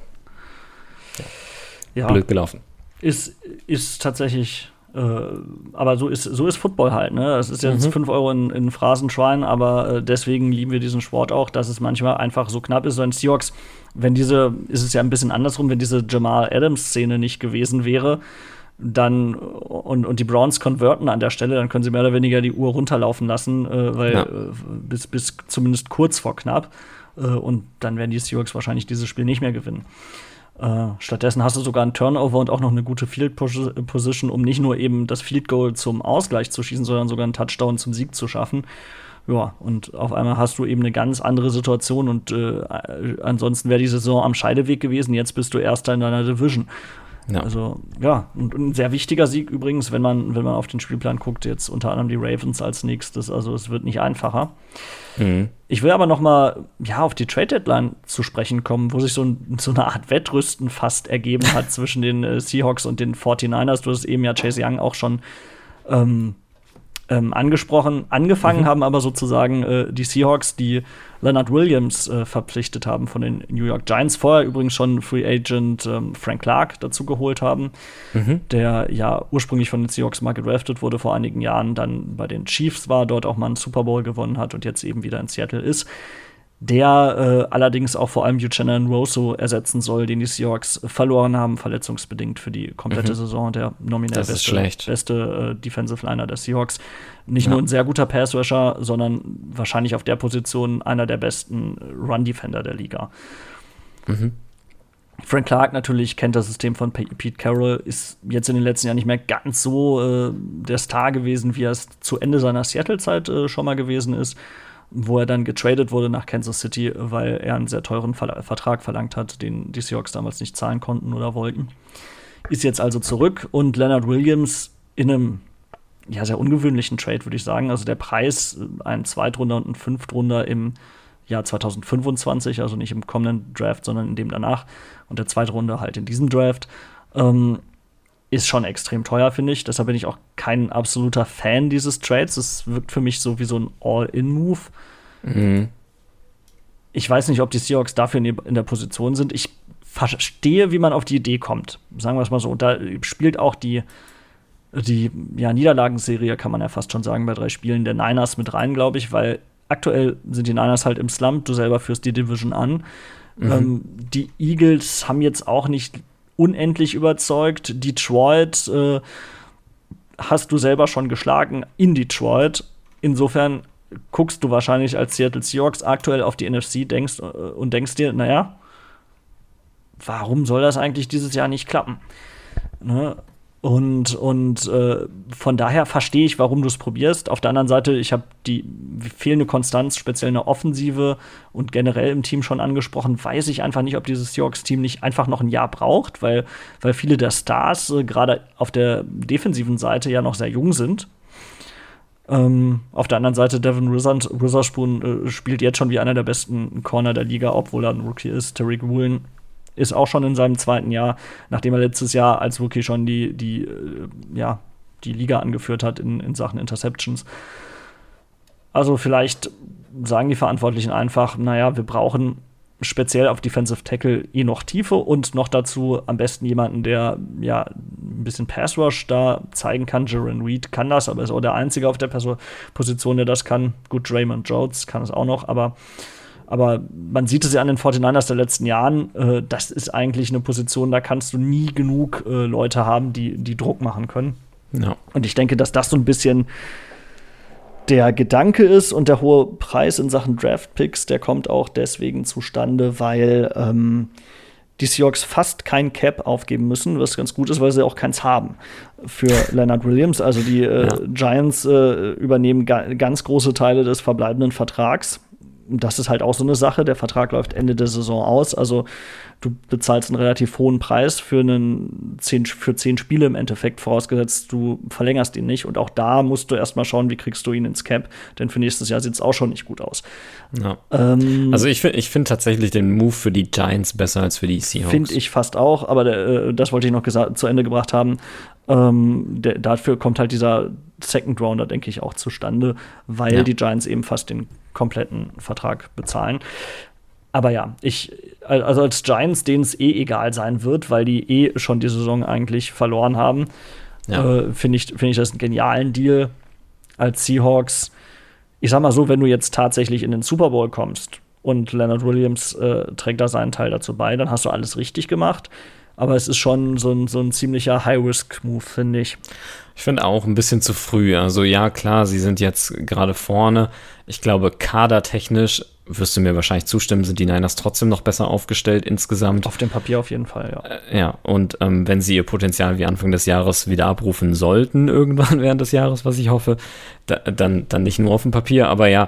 blöd gelaufen. Ist tatsächlich, aber so ist Football halt, ne? Das ist jetzt 5 Euro in Phrasenschwein, aber deswegen lieben wir diesen Sport auch, dass es manchmal einfach so knapp ist. So in Seahawks, ist es ja ein bisschen andersrum, wenn diese Jamal Adams-Szene nicht gewesen wäre, dann und die Browns konverten an der Stelle, dann können sie mehr oder weniger die Uhr runterlaufen lassen, bis zumindest kurz vor knapp. Und dann werden die Seahawks wahrscheinlich dieses Spiel nicht mehr gewinnen. Stattdessen hast du sogar einen Turnover und auch noch eine gute Field Position, um nicht nur eben das Field Goal zum Ausgleich zu schießen, sondern sogar einen Touchdown zum Sieg zu schaffen. Ja, und auf einmal hast du eben eine ganz andere Situation und ansonsten wäre die Saison am Scheideweg gewesen. Jetzt bist du Erster in deiner Division. Ja. Also, ja, und ein sehr wichtiger Sieg übrigens, wenn man auf den Spielplan guckt, jetzt unter anderem die Ravens als nächstes, also es wird nicht einfacher. Ich will aber noch mal auf die Trade-Deadline zu sprechen kommen, wo sich so eine Art Wettrüsten fast ergeben hat zwischen den Seahawks und den 49ers. Du hast eben ja Chase Young auch schon angesprochen. Angefangen haben aber sozusagen die Seahawks, die Leonard Williams verpflichtet haben von den New York Giants. Vorher übrigens schon Free Agent Frank Clark dazu geholt haben, der ja ursprünglich von den Seahawks mal gedraftet wurde vor einigen Jahren, dann bei den Chiefs war, dort auch mal einen Super Bowl gewonnen hat und jetzt eben wieder in Seattle ist. Der allerdings auch vor allem Uchenna Nwosu ersetzen soll, den die Seahawks verloren haben, verletzungsbedingt für die komplette Saison. Der nominell beste Defensive Liner der Seahawks. Nicht nur ein sehr guter Pass-Rusher, sondern wahrscheinlich auf der Position einer der besten Run-Defender der Liga. Frank Clark natürlich kennt das System von Pete Carroll, ist jetzt in den letzten Jahren nicht mehr ganz so der Star gewesen, wie er es zu Ende seiner Seattle-Zeit schon mal gewesen ist, wo er dann getradet wurde nach Kansas City, weil er einen sehr teuren Vertrag verlangt hat, den die Seahawks damals nicht zahlen konnten oder wollten. Ist jetzt also zurück und Leonard Williams in einem sehr ungewöhnlichen Trade, würde ich sagen. Also der Preis, ein Zweitrunder und ein Fünftrunder im Jahr 2025, also nicht im kommenden Draft, sondern in dem danach. Und der zweite Runde halt in diesem Draft, ist schon extrem teuer, finde ich. Deshalb bin ich auch kein absoluter Fan dieses Trades. Es wirkt für mich so wie so ein All-In-Move. Mhm. Ich weiß nicht, ob die Seahawks dafür in der Position sind. Ich verstehe, wie man auf die Idee kommt. Sagen wir es mal so. Und da spielt auch die Niederlagenserie, kann man ja fast schon sagen, bei 3 Spielen der Niners mit rein, glaube ich, weil aktuell sind die Niners halt im Slump. Du selber führst die Division an. Die Eagles haben jetzt auch nicht unendlich überzeugt. Detroit hast du selber schon geschlagen in Detroit. Insofern guckst du wahrscheinlich als Seattle Seahawks aktuell auf die NFC und denkst dir, naja, warum soll das eigentlich dieses Jahr nicht klappen? Ne? Und von daher verstehe ich, warum du es probierst. Auf der anderen Seite, ich habe die fehlende Konstanz, speziell in der Offensive und generell im Team schon angesprochen, weiß ich einfach nicht, ob dieses Seahawks-Team nicht einfach noch ein Jahr braucht, weil viele der Stars gerade auf der defensiven Seite ja noch sehr jung sind. Auf der anderen Seite, Devin Witherspoon spielt jetzt schon wie einer der besten Corner der Liga, obwohl er ein Rookie ist. Tariq Woolen ist auch schon in seinem 2. Jahr, nachdem er letztes Jahr als Rookie schon die Liga angeführt hat in Sachen Interceptions. Also vielleicht sagen die Verantwortlichen einfach, naja, wir brauchen speziell auf Defensive Tackle noch Tiefe und noch dazu am besten jemanden, der ein bisschen Pass-Rush da zeigen kann. Jaron Reed kann das, aber ist auch der Einzige auf der Position, der das kann. Gut, Draymond Jones kann es auch noch, aber man sieht es ja an den 49ers der letzten Jahren, das ist eigentlich eine Position, da kannst du nie genug Leute haben, die Druck machen können. Ja. Und ich denke, dass das so ein bisschen der Gedanke ist und der hohe Preis in Sachen Draft-Picks, der kommt auch deswegen zustande, weil die Seahawks fast kein Cap aufgeben müssen, was ganz gut ist, weil sie auch keins haben für Leonard Williams. Also die Giants übernehmen ganz große Teile des verbleibenden Vertrags. Das ist halt auch so eine Sache. Der Vertrag läuft Ende der Saison aus. Also du bezahlst einen relativ hohen Preis für 10 Spiele im Endeffekt, vorausgesetzt du verlängerst ihn nicht. Und auch da musst du erst mal schauen, wie kriegst du ihn ins Cap. Denn für nächstes Jahr sieht es auch schon nicht gut aus. Ja. Also ich find tatsächlich den Move für die Giants besser als für die Seahawks. Finde ich fast auch. Aber das wollte ich noch zu Ende gebracht haben. Dafür kommt halt dieser Second Rounder, denke ich, auch zustande, weil die Giants eben fast den kompletten Vertrag bezahlen. Aber ja, also als Giants, denen es egal sein wird, weil die schon die Saison eigentlich verloren haben, finde ich das einen genialen Deal. Als Seahawks, ich sag mal so, wenn du jetzt tatsächlich in den Super Bowl kommst und Leonard Williams trägt da seinen Teil dazu bei, dann hast du alles richtig gemacht. Aber es ist schon so ein ziemlicher High-Risk-Move, finde ich. Ich finde auch ein bisschen zu früh. Also ja, klar, sie sind jetzt gerade vorne. Ich glaube, kadertechnisch, wirst du mir wahrscheinlich zustimmen, sind die Niners trotzdem noch besser aufgestellt insgesamt. Auf dem Papier auf jeden Fall, ja. Ja, und wenn sie ihr Potenzial wie Anfang des Jahres wieder abrufen sollten, irgendwann während des Jahres, was ich hoffe, dann nicht nur auf dem Papier. Aber ja,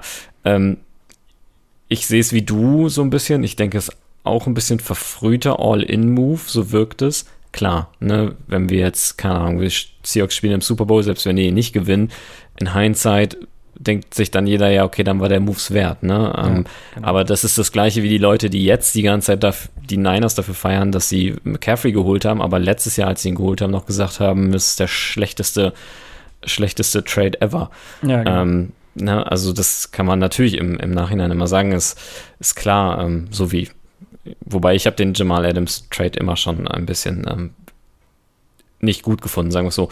ich sehe es wie du so ein bisschen. Ich denke, es auch ein bisschen verfrühter All-In-Move, so wirkt es. Klar, ne, wenn wir jetzt, keine Ahnung, wir Seahawks spielen im Super Bowl, selbst wenn die ihn nicht gewinnen, in Hindsight denkt sich dann jeder, ja, okay, dann war der Moves wert, ne? Genau. Aber das ist das Gleiche wie die Leute, die jetzt die ganze Zeit die Niners dafür feiern, dass sie McCaffrey geholt haben, aber letztes Jahr, als sie ihn geholt haben, noch gesagt haben, das ist der schlechteste Trade ever. Ja, genau. Ne, also das kann man natürlich im Nachhinein immer sagen, ist klar, so wie wobei ich habe den Jamal Adams Trade immer schon ein bisschen nicht gut gefunden, sagen wir es so.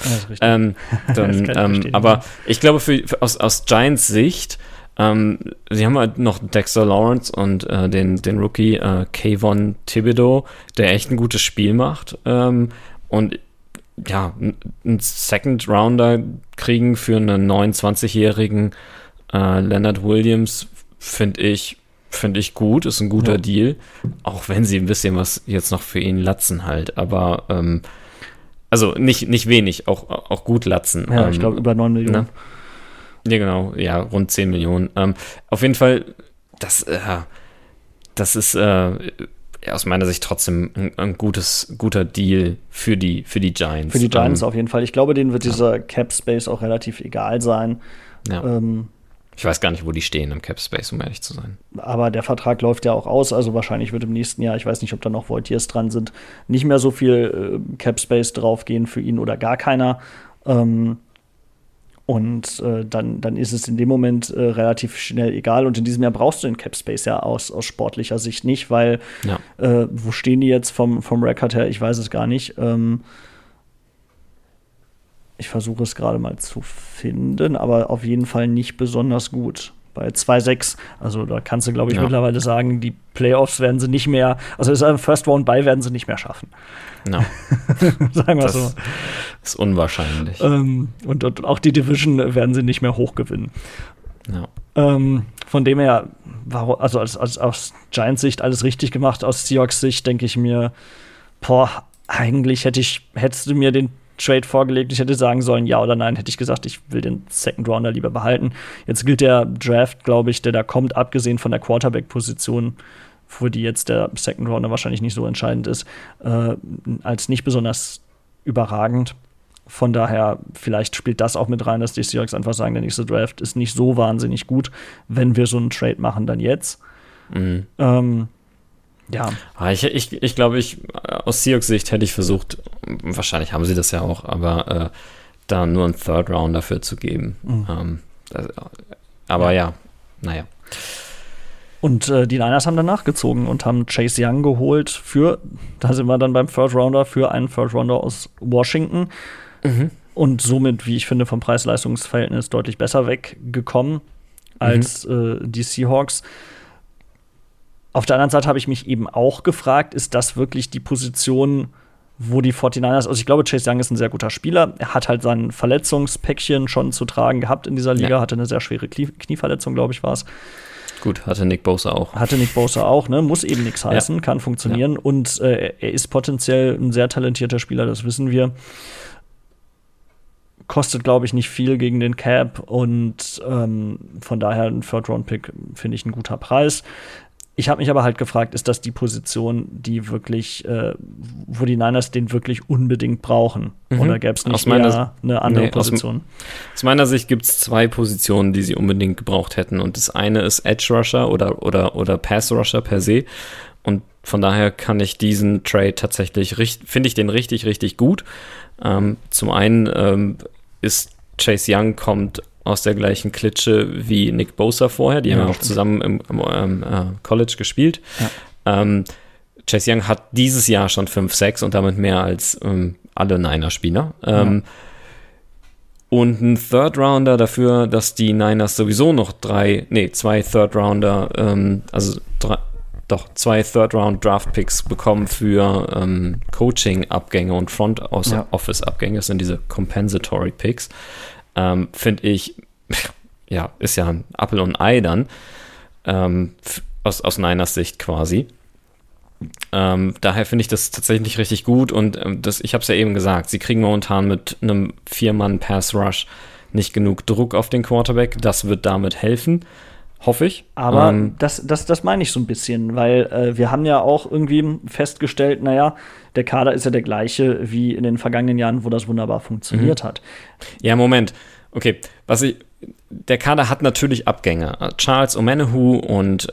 Aber ich glaube, aus Giants Sicht, sie haben halt noch Dexter Lawrence und den Rookie Kayvon Thibodeau, der echt ein gutes Spiel macht. Und ja, einen Second Rounder kriegen für einen 29-jährigen Leonard Williams, finde ich gut, ist ein guter Deal, auch wenn sie ein bisschen was jetzt noch für ihn latzen halt, aber also nicht wenig, auch gut latzen. Ja, ich glaube über 9 Millionen. Ne? Ja, genau, ja, rund 10 Millionen. Auf jeden Fall, das ist aus meiner Sicht trotzdem ein guter Deal für die Giants. Für die Giants auf jeden Fall. Ich glaube, denen wird dieser Cap-Space auch relativ egal sein. Ja. Ich weiß gar nicht, wo die stehen im Cap-Space, um ehrlich zu sein. Aber der Vertrag läuft ja auch aus, also wahrscheinlich wird im nächsten Jahr, ich weiß nicht, ob da noch Voltiers dran sind, nicht mehr so viel Cap-Space draufgehen für ihn oder gar keiner. Dann ist es in dem Moment relativ schnell egal. Und in diesem Jahr brauchst du den Cap-Space ja aus sportlicher Sicht nicht, weil wo stehen die jetzt vom Record her? Ich weiß es gar nicht. Ich versuche es gerade mal zu finden, aber auf jeden Fall nicht besonders gut. Bei 2-6, also da kannst du, glaube ich, mittlerweile sagen, die Playoffs werden sie nicht mehr, also ist ein First-Round-Bye werden sie nicht mehr schaffen. No. Sagen wir so. Ist unwahrscheinlich. Und auch die Division werden sie nicht mehr hochgewinnen. No. Von dem her, also aus Giants Sicht alles richtig gemacht, aus Seahawks Sicht denke ich mir, eigentlich hättest du mir den Trade vorgelegt, ich hätte sagen sollen, ja oder nein, hätte ich gesagt, ich will den Second Rounder lieber behalten. Jetzt gilt der Draft, glaube ich, der da kommt, abgesehen von der Quarterback-Position, für die jetzt der Second Rounder wahrscheinlich nicht so entscheidend ist, als nicht besonders überragend. Von daher, vielleicht spielt das auch mit rein, dass die Seahawks einfach sagen, der nächste Draft ist nicht so wahnsinnig gut. Wenn wir so einen Trade machen, dann jetzt. Mhm. Ja. Ich glaube, aus Seahawks Sicht hätte ich versucht, wahrscheinlich haben sie das ja auch, aber da nur einen Third Round dafür zu geben. Naja. Und die Niners haben dann nachgezogen und haben Chase Young geholt da sind wir dann beim Third Rounder, für einen Third Rounder aus Washington. Mhm. Und somit, wie ich finde, vom Preis-Leistungs-Verhältnis deutlich besser weggekommen als die Seahawks. Auf der anderen Seite habe ich mich eben auch gefragt, ist das wirklich die Position, wo die 49ers, also ich glaube, Chase Young ist ein sehr guter Spieler. Er hat halt sein Verletzungspäckchen schon zu tragen gehabt in dieser Liga, hatte eine sehr schwere Knieverletzung, glaube ich, war es. Gut, hatte Nick Bosa auch. Ne? Muss eben nichts heißen, kann funktionieren. Ja. Und er ist potenziell ein sehr talentierter Spieler, das wissen wir. Kostet, glaube ich, nicht viel gegen den Cap und von daher ein Third-Round-Pick finde ich ein guter Preis. Ich habe mich aber halt gefragt, ist das die Position, die wirklich, wo die Niners den wirklich unbedingt brauchen? Oder gäbe es nicht eher eine andere Position? Aus meiner Sicht gibt es zwei Positionen, die sie unbedingt gebraucht hätten. Und das eine ist Edge Rusher oder Pass Rusher per se. Und von daher kann ich diesen Trade tatsächlich, finde ich den richtig, richtig gut. Zum einen ist Chase Young kommt aus der gleichen Klitsche wie Nick Bosa vorher. Die haben ja auch zusammen im College gespielt. Ja. Chase Young hat dieses Jahr schon 5-6 und damit mehr als alle Niners-Spieler. Und ein Third-Rounder dafür, dass die Niners sowieso noch zwei Third-Rounder, zwei Third-Round-Draft-Picks bekommen für Coaching-Abgänge und Front-Office-Abgänge. Das sind diese Compensatory Picks. Finde ich, ist ja ein Apfel und ein Ei dann, aus Niners Sicht quasi. Daher finde ich das tatsächlich richtig gut und ich habe es ja eben gesagt, sie kriegen momentan mit einem 4-Mann-Pass-Rush nicht genug Druck auf den Quarterback. Das wird damit helfen, hoffe ich. Aber das meine ich so ein bisschen, weil wir haben ja auch irgendwie festgestellt, der Kader ist ja der gleiche wie in den vergangenen Jahren, wo das wunderbar funktioniert hat. Ja, Moment. Okay, der Kader hat natürlich Abgänge. Charles Omenihu und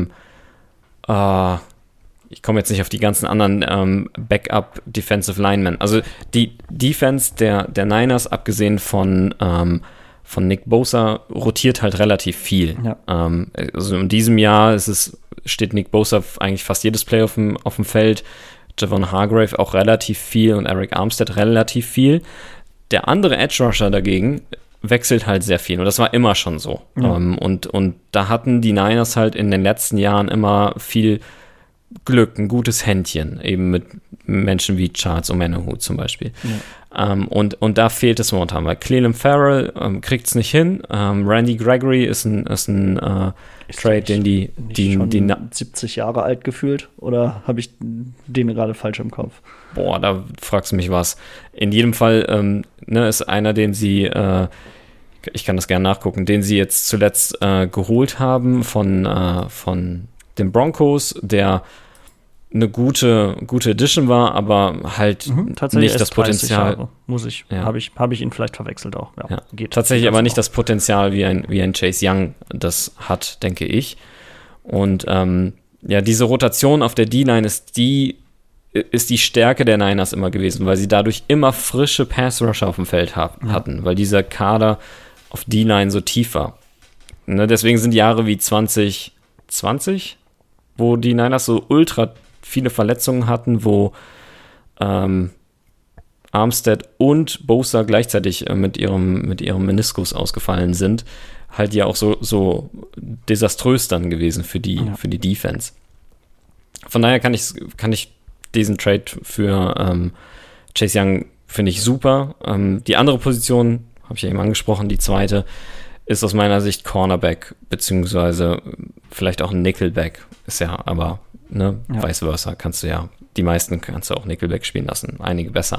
ich komme jetzt nicht auf die ganzen anderen Backup Defensive Linemen. Also die Defense der Niners, abgesehen von Nick Bosa, rotiert halt relativ viel. Ja. Also in diesem Jahr steht Nick Bosa eigentlich fast jedes Play auf dem Feld. Javon Hargrave auch relativ viel und Eric Armstead relativ viel. Der andere Edge Rusher dagegen wechselt halt sehr viel und das war immer schon so. Ja. Und da hatten die Niners halt in den letzten Jahren immer viel Glück, ein gutes Händchen, eben mit Menschen wie Charles Omenihu zum Beispiel. Ja. Und da fehlt es momentan, weil Clelin Ferrell kriegt es nicht hin. Randy Gregory ist ein Trade, den die 70 Jahre alt gefühlt, oder habe ich den gerade falsch im Kopf? Boah, da fragst du mich was. In jedem Fall ist einer, den sie ich kann das gerne nachgucken, den sie jetzt zuletzt geholt haben von den Broncos, der eine gute Addition war, aber halt nicht das Potenzial. Habe ich ihn vielleicht verwechselt auch. Ja, geht tatsächlich aber nicht das Potenzial, wie ein Chase Young das hat, denke ich. Und diese Rotation auf der D-Line ist die Stärke der Niners immer gewesen, weil sie dadurch immer frische Pass-Rusher auf dem Feld hatten, weil dieser Kader auf D-Line so tief war. Ne, deswegen sind Jahre wie 2020, wo die Niners so ultra viele Verletzungen hatten, wo Armstead und Bosa gleichzeitig mit ihrem Meniskus ausgefallen sind, halt ja auch so desaströs dann gewesen für die Defense. Von daher kann ich diesen Trade für Chase Young, finde ich super. Die andere Position, habe ich ja eben angesprochen, die zweite, ist aus meiner Sicht Cornerback, beziehungsweise vielleicht auch ein Nickelback. Ist ja aber, vice versa, die meisten kannst du auch Nickelback spielen lassen. Einige besser,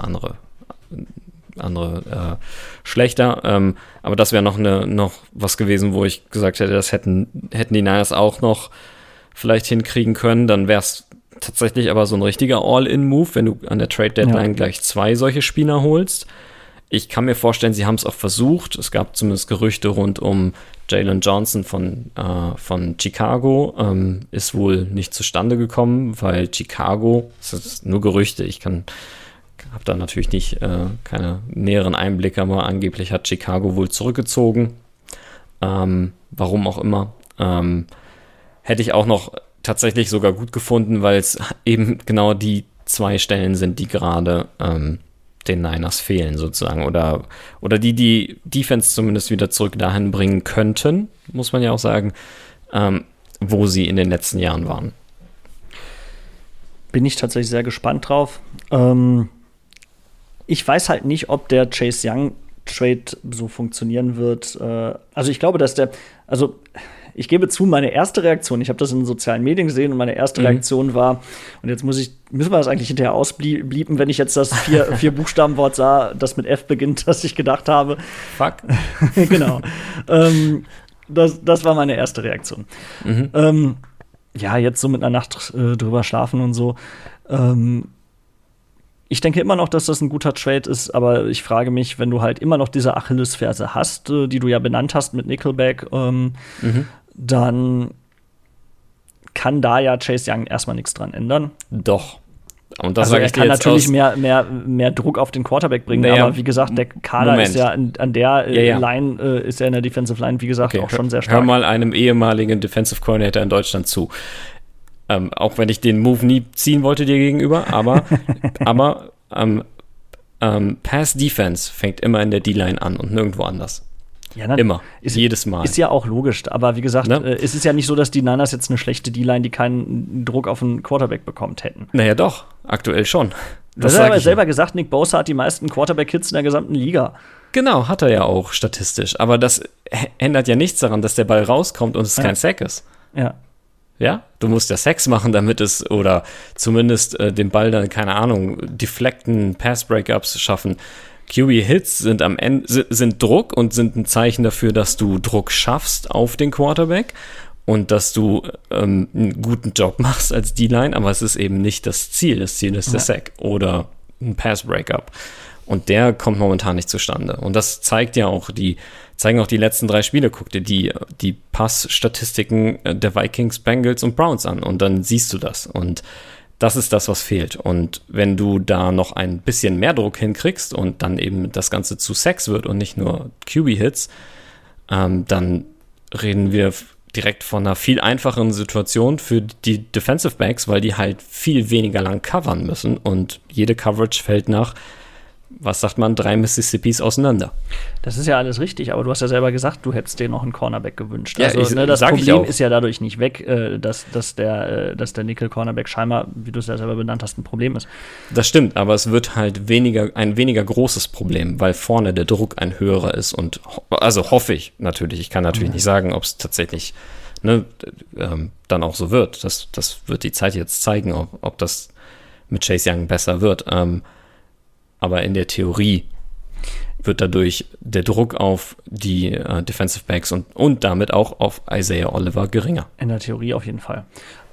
andere schlechter. Aber das wäre noch was gewesen, wo ich gesagt hätte, das hätten die Niners auch noch vielleicht hinkriegen können. Dann wäre es tatsächlich aber so ein richtiger All-In-Move, wenn du an der Trade-Deadline gleich 2 solche Spieler holst. Ich kann mir vorstellen, sie haben es auch versucht. Es gab zumindest Gerüchte rund um Jalen Johnson von Chicago. Ist wohl nicht zustande gekommen, weil Chicago, das ist nur Gerüchte, ich habe da natürlich nicht keine näheren Einblicke, aber angeblich hat Chicago wohl zurückgezogen. Warum auch immer. Hätte ich auch noch tatsächlich sogar gut gefunden, weil es eben genau die 2 Stellen sind, die gerade den Niners fehlen sozusagen oder die Defense zumindest wieder zurück dahin bringen könnten, muss man ja auch sagen, wo sie in den letzten Jahren waren. Bin ich tatsächlich sehr gespannt drauf. Ich weiß halt nicht, ob der Chase Young Trade so funktionieren wird. Also ich glaube, dass ich gebe zu, meine erste Reaktion, ich habe das in den sozialen Medien gesehen und meine erste Reaktion war, und jetzt müssen wir das eigentlich hinterher ausblieben, wenn ich jetzt das 4-Buchstaben-Wort sah, das mit F beginnt, dass ich gedacht habe. Fuck. Genau. Das war meine erste Reaktion. Jetzt so mit einer Nacht drüber schlafen und so. Ich denke immer noch, dass das ein guter Trade ist, aber ich frage mich, wenn du halt immer noch diese Achillesferse hast, die du ja benannt hast mit Nickelback, dann kann da ja Chase Young erstmal nichts dran ändern. Doch. Und das also er kann natürlich mehr Druck auf den Quarterback bringen, aber wie gesagt, der Kader ist ja an der Line, ist ja in der Defensive Line, wie gesagt, auch schon sehr stark. Hör mal einem ehemaligen Defensive Coordinator in Deutschland zu. Auch wenn ich den Move nie ziehen wollte dir gegenüber, aber Pass Defense fängt immer in der D-Line an und nirgendwo anders. Ja, immer. Jedes Mal. Ist ja auch logisch. Aber wie gesagt, es ist ja nicht so, dass die Niners jetzt eine schlechte D-Line, die keinen Druck auf einen Quarterback bekommt, hätten. Naja, doch. Aktuell schon. Das hast du aber selber gesagt, Nick Bosa hat die meisten Quarterback-Hits in der gesamten Liga. Genau, hat er ja auch statistisch. Aber das ändert ja nichts daran, dass der Ball rauskommt und es kein Sack ist. Ja. Ja, du musst ja Sacks machen, damit es, oder zumindest den Ball dann, keine Ahnung, deflecten, Pass-Breakups schaffen. QB-Hits sind am Ende sind Druck und sind ein Zeichen dafür, dass du Druck schaffst auf den Quarterback und dass du einen guten Job machst als D-Line, aber es ist eben nicht das Ziel. Das Ziel ist der Sack oder ein Pass-Breakup. Und der kommt momentan nicht zustande. Und das zeigen auch die letzten 3 Spiele. Guck dir die Passstatistiken der Vikings, Bengals und Browns an und dann siehst du das. Und das ist das, was fehlt. Und wenn du da noch ein bisschen mehr Druck hinkriegst und dann eben das Ganze zu Sacks wird und nicht nur QB-Hits, dann reden wir direkt von einer viel einfacheren Situation für die Defensive Backs, weil die halt viel weniger lang covern müssen und jede Coverage fällt nach, was sagt man, 3 Mississippis auseinander. Das ist ja alles richtig, aber du hast ja selber gesagt, du hättest dir noch einen Cornerback gewünscht. Ja, also, das Problem ist ja dadurch nicht weg, dass der Nickel-Cornerback scheinbar, wie du es ja selber benannt hast, ein Problem ist. Das stimmt, aber es wird halt ein weniger großes Problem, weil vorne der Druck ein höherer ist und also hoffe ich natürlich. Ich kann natürlich nicht sagen, ob es tatsächlich dann auch so wird. Das wird die Zeit jetzt zeigen, ob das mit Chase Young besser wird. Aber in der Theorie wird dadurch der Druck auf die Defensive Backs und damit auch auf Isaiah Oliver geringer. In der Theorie auf jeden Fall.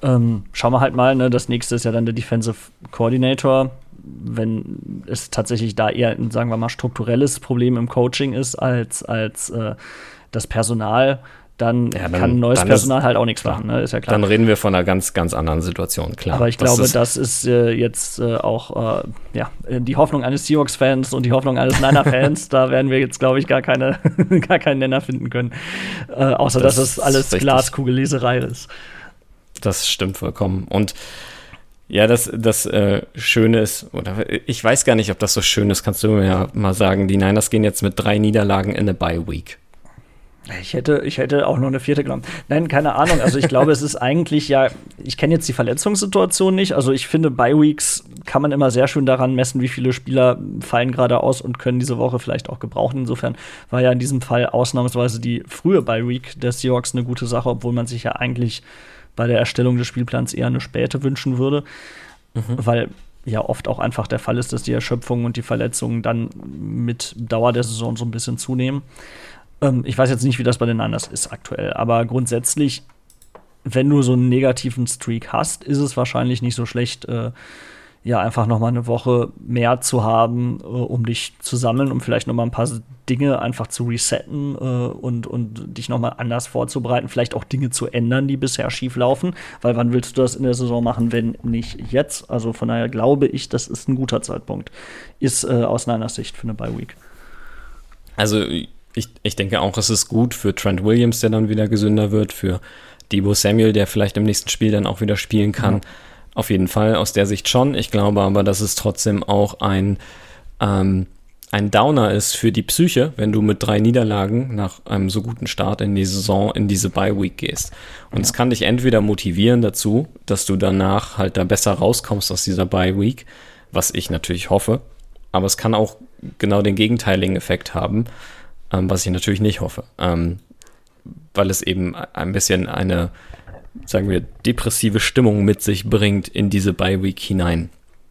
Schauen wir halt mal, ne? Das nächste ist ja dann der Defensive Coordinator. Wenn es tatsächlich da eher ein, sagen wir mal, strukturelles Problem im Coaching ist als das Personal, dann kann ein neues Personal halt auch nichts machen, ne? Ist ja klar. Dann reden wir von einer ganz, ganz anderen Situation, klar. Aber ich glaube, das ist jetzt auch die Hoffnung eines Seahawks-Fans und die Hoffnung eines Niner-Fans. Da werden wir jetzt, glaube ich, gar keinen Nenner finden können. Außer, dass es alles Glaskugelleserei ist. Das stimmt vollkommen. Und ja, das Schöne ist, oder ich weiß gar nicht, ob das so schön ist, kannst du mir ja mal sagen, die Niners gehen jetzt mit 3 Niederlagen in eine Bye-Week. Ich hätte auch noch eine 4. genommen. Nein, keine Ahnung. Also ich glaube, es ist eigentlich ich kenne jetzt die Verletzungssituation nicht. Also ich finde, Bye-Weeks kann man immer sehr schön daran messen, wie viele Spieler fallen gerade aus und können diese Woche vielleicht auch gebrauchen. Insofern war ja in diesem Fall ausnahmsweise die frühe Bye-Week der Seahawks eine gute Sache, obwohl man sich ja eigentlich bei der Erstellung des Spielplans eher eine späte wünschen würde. Weil ja oft auch einfach der Fall ist, dass die Erschöpfung und die Verletzungen dann mit Dauer der Saison so ein bisschen zunehmen. Ich weiß jetzt nicht, wie das bei den Niners ist aktuell, aber grundsätzlich, wenn du so einen negativen Streak hast, ist es wahrscheinlich nicht so schlecht, einfach noch mal eine Woche mehr zu haben, um dich zu sammeln, um vielleicht noch mal ein paar Dinge einfach zu resetten und dich noch mal anders vorzubereiten, vielleicht auch Dinge zu ändern, die bisher schief laufen, weil wann willst du das in der Saison machen, wenn nicht jetzt? Also von daher glaube ich, das ist ein guter Zeitpunkt, ist aus Niners Sicht für eine Bye-Week. Also ich denke auch, es ist gut für Trent Williams, der dann wieder gesünder wird, für Deebo Samuel, der vielleicht im nächsten Spiel dann auch wieder spielen kann. Auf jeden Fall, aus der Sicht schon. Ich glaube aber, dass es trotzdem auch ein Downer ist für die Psyche, wenn du mit 3 Niederlagen nach einem so guten Start in die Saison in diese Bye-Week gehst. Und es kann dich entweder motivieren dazu, dass du danach halt da besser rauskommst aus dieser Bye-Week, was ich natürlich hoffe, aber es kann auch genau den gegenteiligen Effekt haben, was ich natürlich nicht hoffe, weil es eben ein bisschen eine, sagen wir, depressive Stimmung mit sich bringt in diese Bye-Week hinein.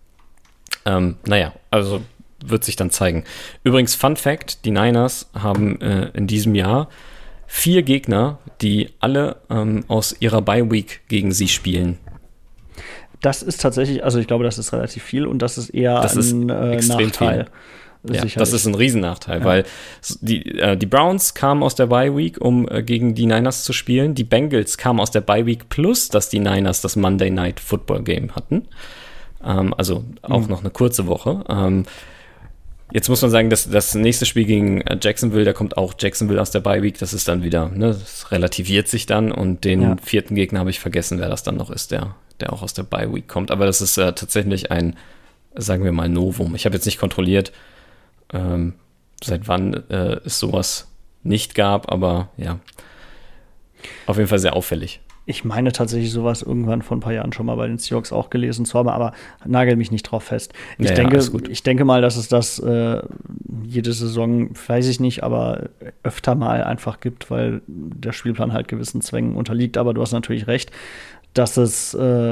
Also wird sich dann zeigen. Übrigens, Fun Fact, die Niners haben in diesem Jahr 4 Gegner, die alle aus ihrer Bye-Week gegen sie spielen. Das ist tatsächlich, also ich glaube, das ist relativ viel und das ist eher ein Nachteil. Ja, das ist ein Riesennachteil, weil die Browns kamen aus der Bye-Week, um gegen die Niners zu spielen. Die Bengals kamen aus der Bye-Week plus, dass die Niners das Monday Night Football Game hatten. Also auch noch eine kurze Woche. Jetzt muss man sagen, dass das nächste Spiel gegen Jacksonville, da kommt auch Jacksonville aus der Bye-Week. Das ist dann wieder, das relativiert sich dann. Und den 4. Gegner habe ich vergessen, wer das dann noch ist, der auch aus der Bye-Week kommt. Aber das ist tatsächlich ein, sagen wir mal, Novum. Ich habe jetzt nicht kontrolliert, seit wann es sowas nicht gab, aber ja, auf jeden Fall sehr auffällig. Ich meine tatsächlich sowas irgendwann vor ein paar Jahren schon mal bei den Seahawks auch gelesen zu haben, aber nagel mich nicht drauf fest. Ich denke mal, dass es das jede Saison, weiß ich nicht, aber öfter mal einfach gibt, weil der Spielplan halt gewissen Zwängen unterliegt. Aber du hast natürlich recht, dass es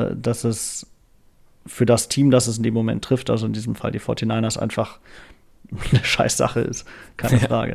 für das Team, das es in dem Moment trifft, also in diesem Fall die 49ers, einfach eine Scheißsache ist. Keine Frage.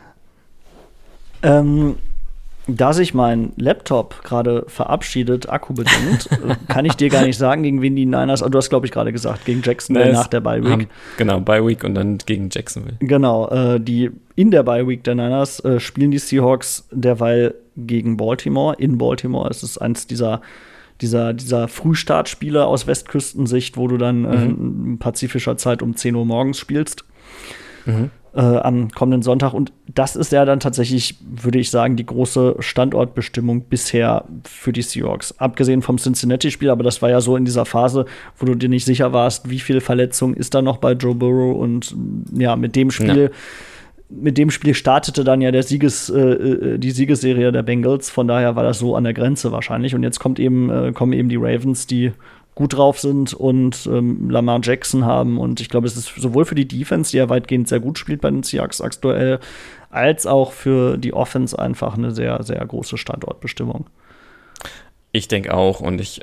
Da sich mein Laptop gerade verabschiedet, akkubedingt, kann ich dir gar nicht sagen, gegen wen die Niners, du hast, glaube ich, gerade gesagt, gegen Jacksonville nach der Bye-Week. Genau, Bye-Week und dann gegen Jacksonville. Genau, in der Bye-Week der Niners spielen die Seahawks derweil gegen Baltimore. In Baltimore ist es eins dieser Frühstartspiele aus Westküstensicht, wo du dann pazifischer Zeit um 10 Uhr morgens spielst. Am kommenden Sonntag. Und das ist ja dann tatsächlich, würde ich sagen, die große Standortbestimmung bisher für die Seahawks. Abgesehen vom Cincinnati-Spiel, aber das war ja so in dieser Phase, wo du dir nicht sicher warst, wie viel Verletzung ist da noch bei Joe Burrow. Und ja, mit dem Spiel startete dann ja die Siegesserie der Bengals. Von daher war das so an der Grenze wahrscheinlich. Und jetzt kommen eben die Ravens, die gut drauf sind und Lamar Jackson haben. Und ich glaube, es ist sowohl für die Defense, die ja weitgehend sehr gut spielt bei den Seahawks aktuell, als auch für die Offense einfach eine sehr, sehr große Standortbestimmung. Ich denke auch, und ich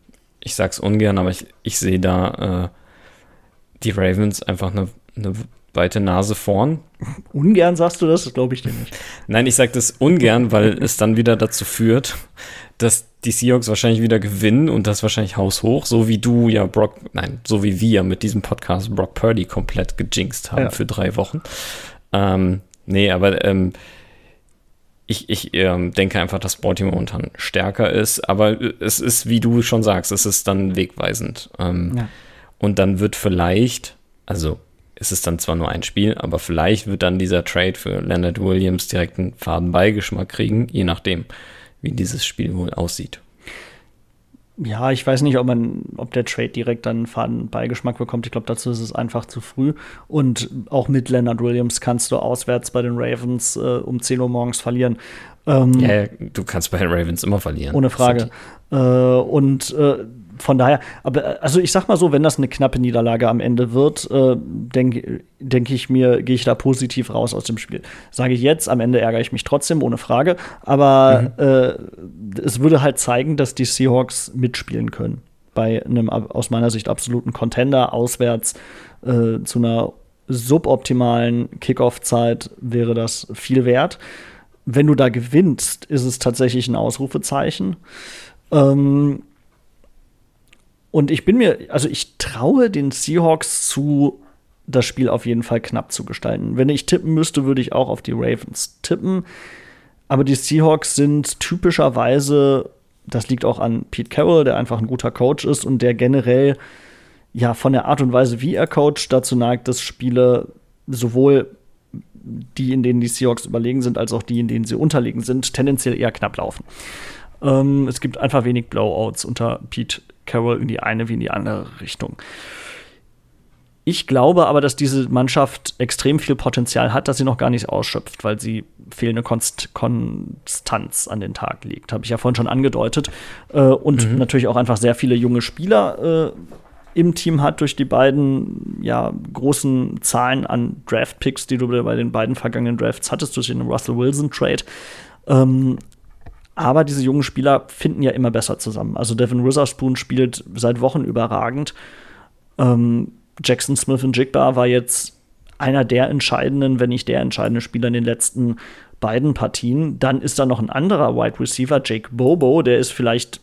sag's ungern, aber ich sehe da die Ravens einfach eine weite Nase vorn. Ungern sagst du das glaube ich dir nicht. Nein, ich sage das ungern, weil es dann wieder dazu führt, dass die Seahawks wahrscheinlich wieder gewinnen und das wahrscheinlich haushoch, so wie wir mit diesem Podcast Brock Purdy komplett gejinxt haben für 3 Wochen. Ich denke einfach, dass Baltimore momentan stärker ist, aber es ist, wie du schon sagst, es ist dann wegweisend. Und dann wird vielleicht, also es ist dann zwar nur ein Spiel, aber vielleicht wird dann dieser Trade für Leonard Williams direkt einen Fadenbeigeschmack kriegen, je nachdem, wie dieses Spiel wohl aussieht. Ja, ich weiß nicht, ob der Trade direkt dann einen Fadenbeigeschmack bekommt. Ich glaube, dazu ist es einfach zu früh. Und auch mit Leonard Williams kannst du auswärts bei den Ravens um 10 Uhr morgens verlieren. Ja, du kannst bei den Ravens immer verlieren. Ohne Frage. Von daher, also ich sag mal so, wenn das eine knappe Niederlage am Ende wird, denke ich mir, gehe ich da positiv raus aus dem Spiel. Sage ich jetzt, am Ende ärgere ich mich trotzdem, ohne Frage. Aber es würde halt zeigen, dass die Seahawks mitspielen können. Bei einem aus meiner Sicht absoluten Contender auswärts zu einer suboptimalen Kickoff-Zeit wäre das viel wert. Wenn du da gewinnst, ist es tatsächlich ein Ausrufezeichen. Und ich traue den Seahawks zu, das Spiel auf jeden Fall knapp zu gestalten. Wenn ich tippen müsste, würde ich auch auf die Ravens tippen. Aber die Seahawks sind typischerweise, das liegt auch an Pete Carroll, der einfach ein guter Coach ist und der generell ja von der Art und Weise, wie er coacht, dazu neigt, dass Spiele sowohl die, in denen die Seahawks überlegen sind, als auch die, in denen sie unterlegen sind, tendenziell eher knapp laufen. Es gibt einfach wenig Blowouts unter Pete Carroll in die eine wie in die andere Richtung. Ich glaube aber, dass diese Mannschaft extrem viel Potenzial hat, das sie noch gar nicht ausschöpft, weil sie fehlende Konstanz an den Tag legt. Habe ich ja vorhin schon angedeutet. Und natürlich auch einfach sehr viele junge Spieler im Team hat durch die beiden großen Zahlen an Draft-Picks, die du bei den beiden vergangenen Drafts hattest, durch den Russell Wilson-Trade. Aber diese jungen Spieler finden ja immer besser zusammen. Also Devin Witherspoon spielt seit Wochen überragend. Jackson Smith-Njigba war jetzt einer der entscheidenden, wenn nicht der entscheidende Spieler in den letzten beiden Partien. Dann ist da noch ein anderer Wide Receiver, Jake Bobo, der ist vielleicht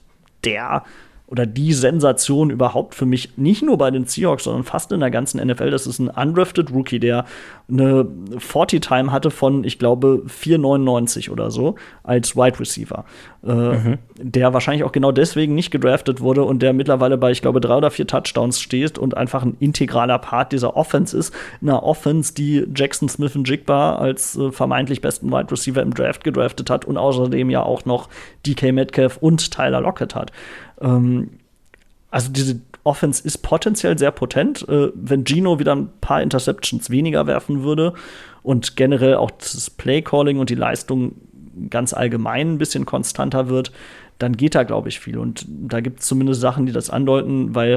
die Sensation überhaupt für mich, nicht nur bei den Seahawks, sondern fast in der ganzen NFL. Das ist ein undrafted Rookie, der eine 40-Time hatte von, ich glaube, 4,99 oder so als Wide Receiver. Der wahrscheinlich auch genau deswegen nicht gedraftet wurde und der mittlerweile bei, ich glaube, 3 oder 4 Touchdowns steht und einfach ein integraler Part dieser Offense ist. Eine Offense, die Jackson Smith-Njigba als vermeintlich besten Wide Receiver im Draft gedraftet hat und außerdem ja auch noch DK Metcalf und Tyler Lockett hat. Also diese Offense ist potenziell sehr potent. Wenn Geno wieder ein paar Interceptions weniger werfen würde und generell auch das Play-Calling und die Leistung ganz allgemein ein bisschen konstanter wird, dann geht da, glaube ich, viel. Und da gibt es zumindest Sachen, die das andeuten, weil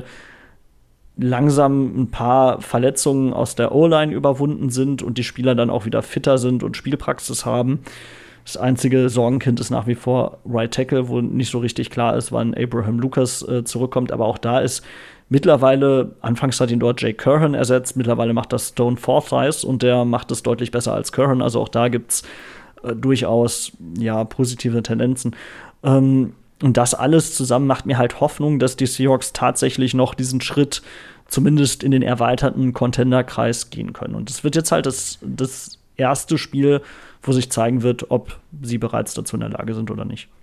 langsam ein paar Verletzungen aus der O-Line überwunden sind und die Spieler dann auch wieder fitter sind und Spielpraxis haben. Das einzige Sorgenkind ist nach wie vor Right Tackle, wo nicht so richtig klar ist, wann Abraham Lucas zurückkommt. Aber auch da ist mittlerweile, anfangs hat ihn dort Jake Curhan ersetzt, mittlerweile macht das Stone Forsyth und der macht es deutlich besser als Curhan. Also auch da gibt's durchaus positive Tendenzen. Und das alles zusammen macht mir halt Hoffnung, dass die Seahawks tatsächlich noch diesen Schritt zumindest in den erweiterten Contender-Kreis gehen können. Und es wird jetzt halt das erste Spiel, wo sich zeigen wird, ob sie bereits dazu in der Lage sind oder nicht.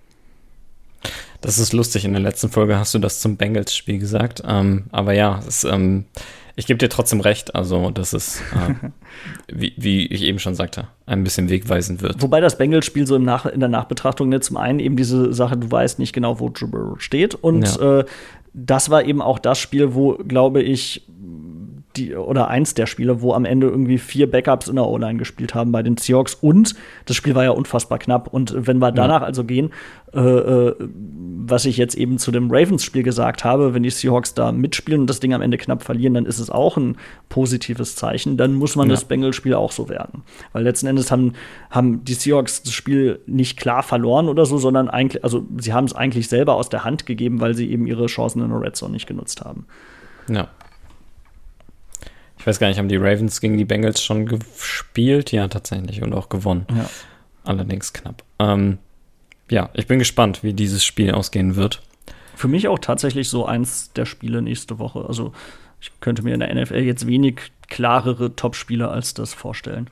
Das ist lustig. In der letzten Folge hast du das zum Bengals-Spiel gesagt. Aber ja, ich gebe dir trotzdem recht. Also, dass es, wie ich eben schon sagte, ein bisschen wegweisend wird. Wobei das Bengals-Spiel so in der Nachbetrachtung zum einen eben diese Sache, du weißt nicht genau, wo Joe Burrow steht. Und das war eben auch das Spiel, wo, glaube ich, eins der Spiele, wo am Ende irgendwie 4 Backups in der O-Line gespielt haben bei den Seahawks. Und das Spiel war ja unfassbar knapp. Und wenn wir danach also gehen, was ich jetzt eben zu dem Ravens-Spiel gesagt habe, wenn die Seahawks da mitspielen und das Ding am Ende knapp verlieren, dann ist es auch ein positives Zeichen. Dann muss man das Bengals-Spiel auch so werten. Weil letzten Endes haben die Seahawks das Spiel nicht klar verloren oder so, sondern eigentlich, also sie haben es eigentlich selber aus der Hand gegeben, weil sie eben ihre Chancen in der Red Zone nicht genutzt haben. Ja. Ich weiß gar nicht, haben die Ravens gegen die Bengals schon gespielt? Ja, tatsächlich. Und auch gewonnen. Ja. Allerdings knapp. Ja, ich bin gespannt, wie dieses Spiel ausgehen wird. Für mich auch tatsächlich so eins der Spiele nächste Woche. Also ich könnte mir in der NFL jetzt wenig klarere Top-Spiele als das vorstellen.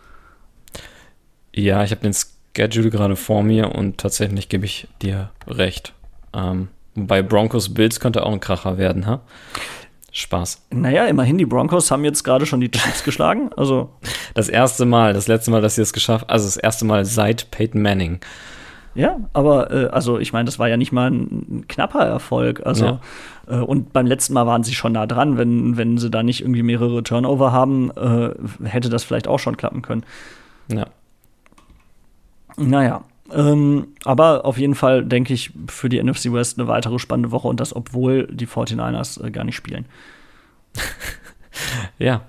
Ja, ich habe den Schedule gerade vor mir und tatsächlich gebe ich dir recht. Bei Broncos Bills könnte auch ein Kracher werden, ha? Spaß. Naja, immerhin, die Broncos haben jetzt gerade schon die Chiefs geschlagen. Also das letzte Mal, dass sie es geschafft haben, also das erste Mal seit Peyton Manning. Ja, aber also ich meine, das war ja nicht mal ein knapper Erfolg. Also und beim letzten Mal waren sie schon nah dran. Wenn sie da nicht irgendwie mehrere Turnover haben, hätte das vielleicht auch schon klappen können. Ja. Naja, aber auf jeden Fall denke ich für die NFC West eine weitere spannende Woche und das, obwohl die 49ers gar nicht spielen. Ja.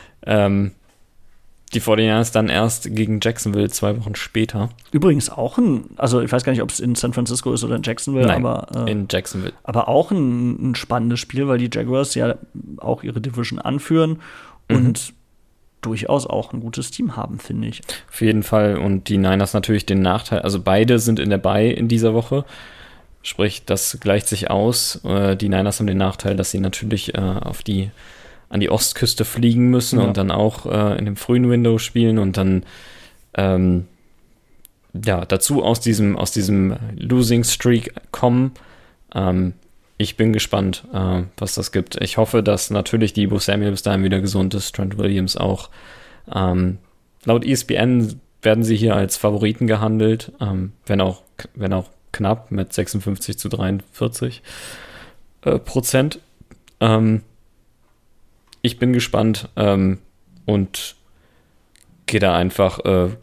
Die 49ers dann erst gegen Jacksonville 2 Wochen später. Übrigens auch also ich weiß gar nicht, ob es in San Francisco ist oder in Jacksonville, Nein, aber in Jacksonville. Aber auch ein spannendes Spiel, weil die Jaguars ja auch ihre Division anführen und durchaus auch ein gutes Team haben, finde ich. Auf jeden Fall. Und die Niners natürlich den Nachteil, also beide sind in der Bye in dieser Woche. Sprich, das gleicht sich aus. Die Niners haben den Nachteil, dass sie natürlich an die Ostküste fliegen müssen und dann auch in dem frühen Window spielen und dann dazu aus diesem Losing Streak kommen. Ich bin gespannt, was das gibt. Ich hoffe, dass natürlich Deebo Samuel bis dahin wieder gesund ist, Trent Williams auch. Laut ESPN werden sie hier als Favoriten gehandelt, wenn auch knapp mit 56-43%. Ich bin gespannt und gehe da einfach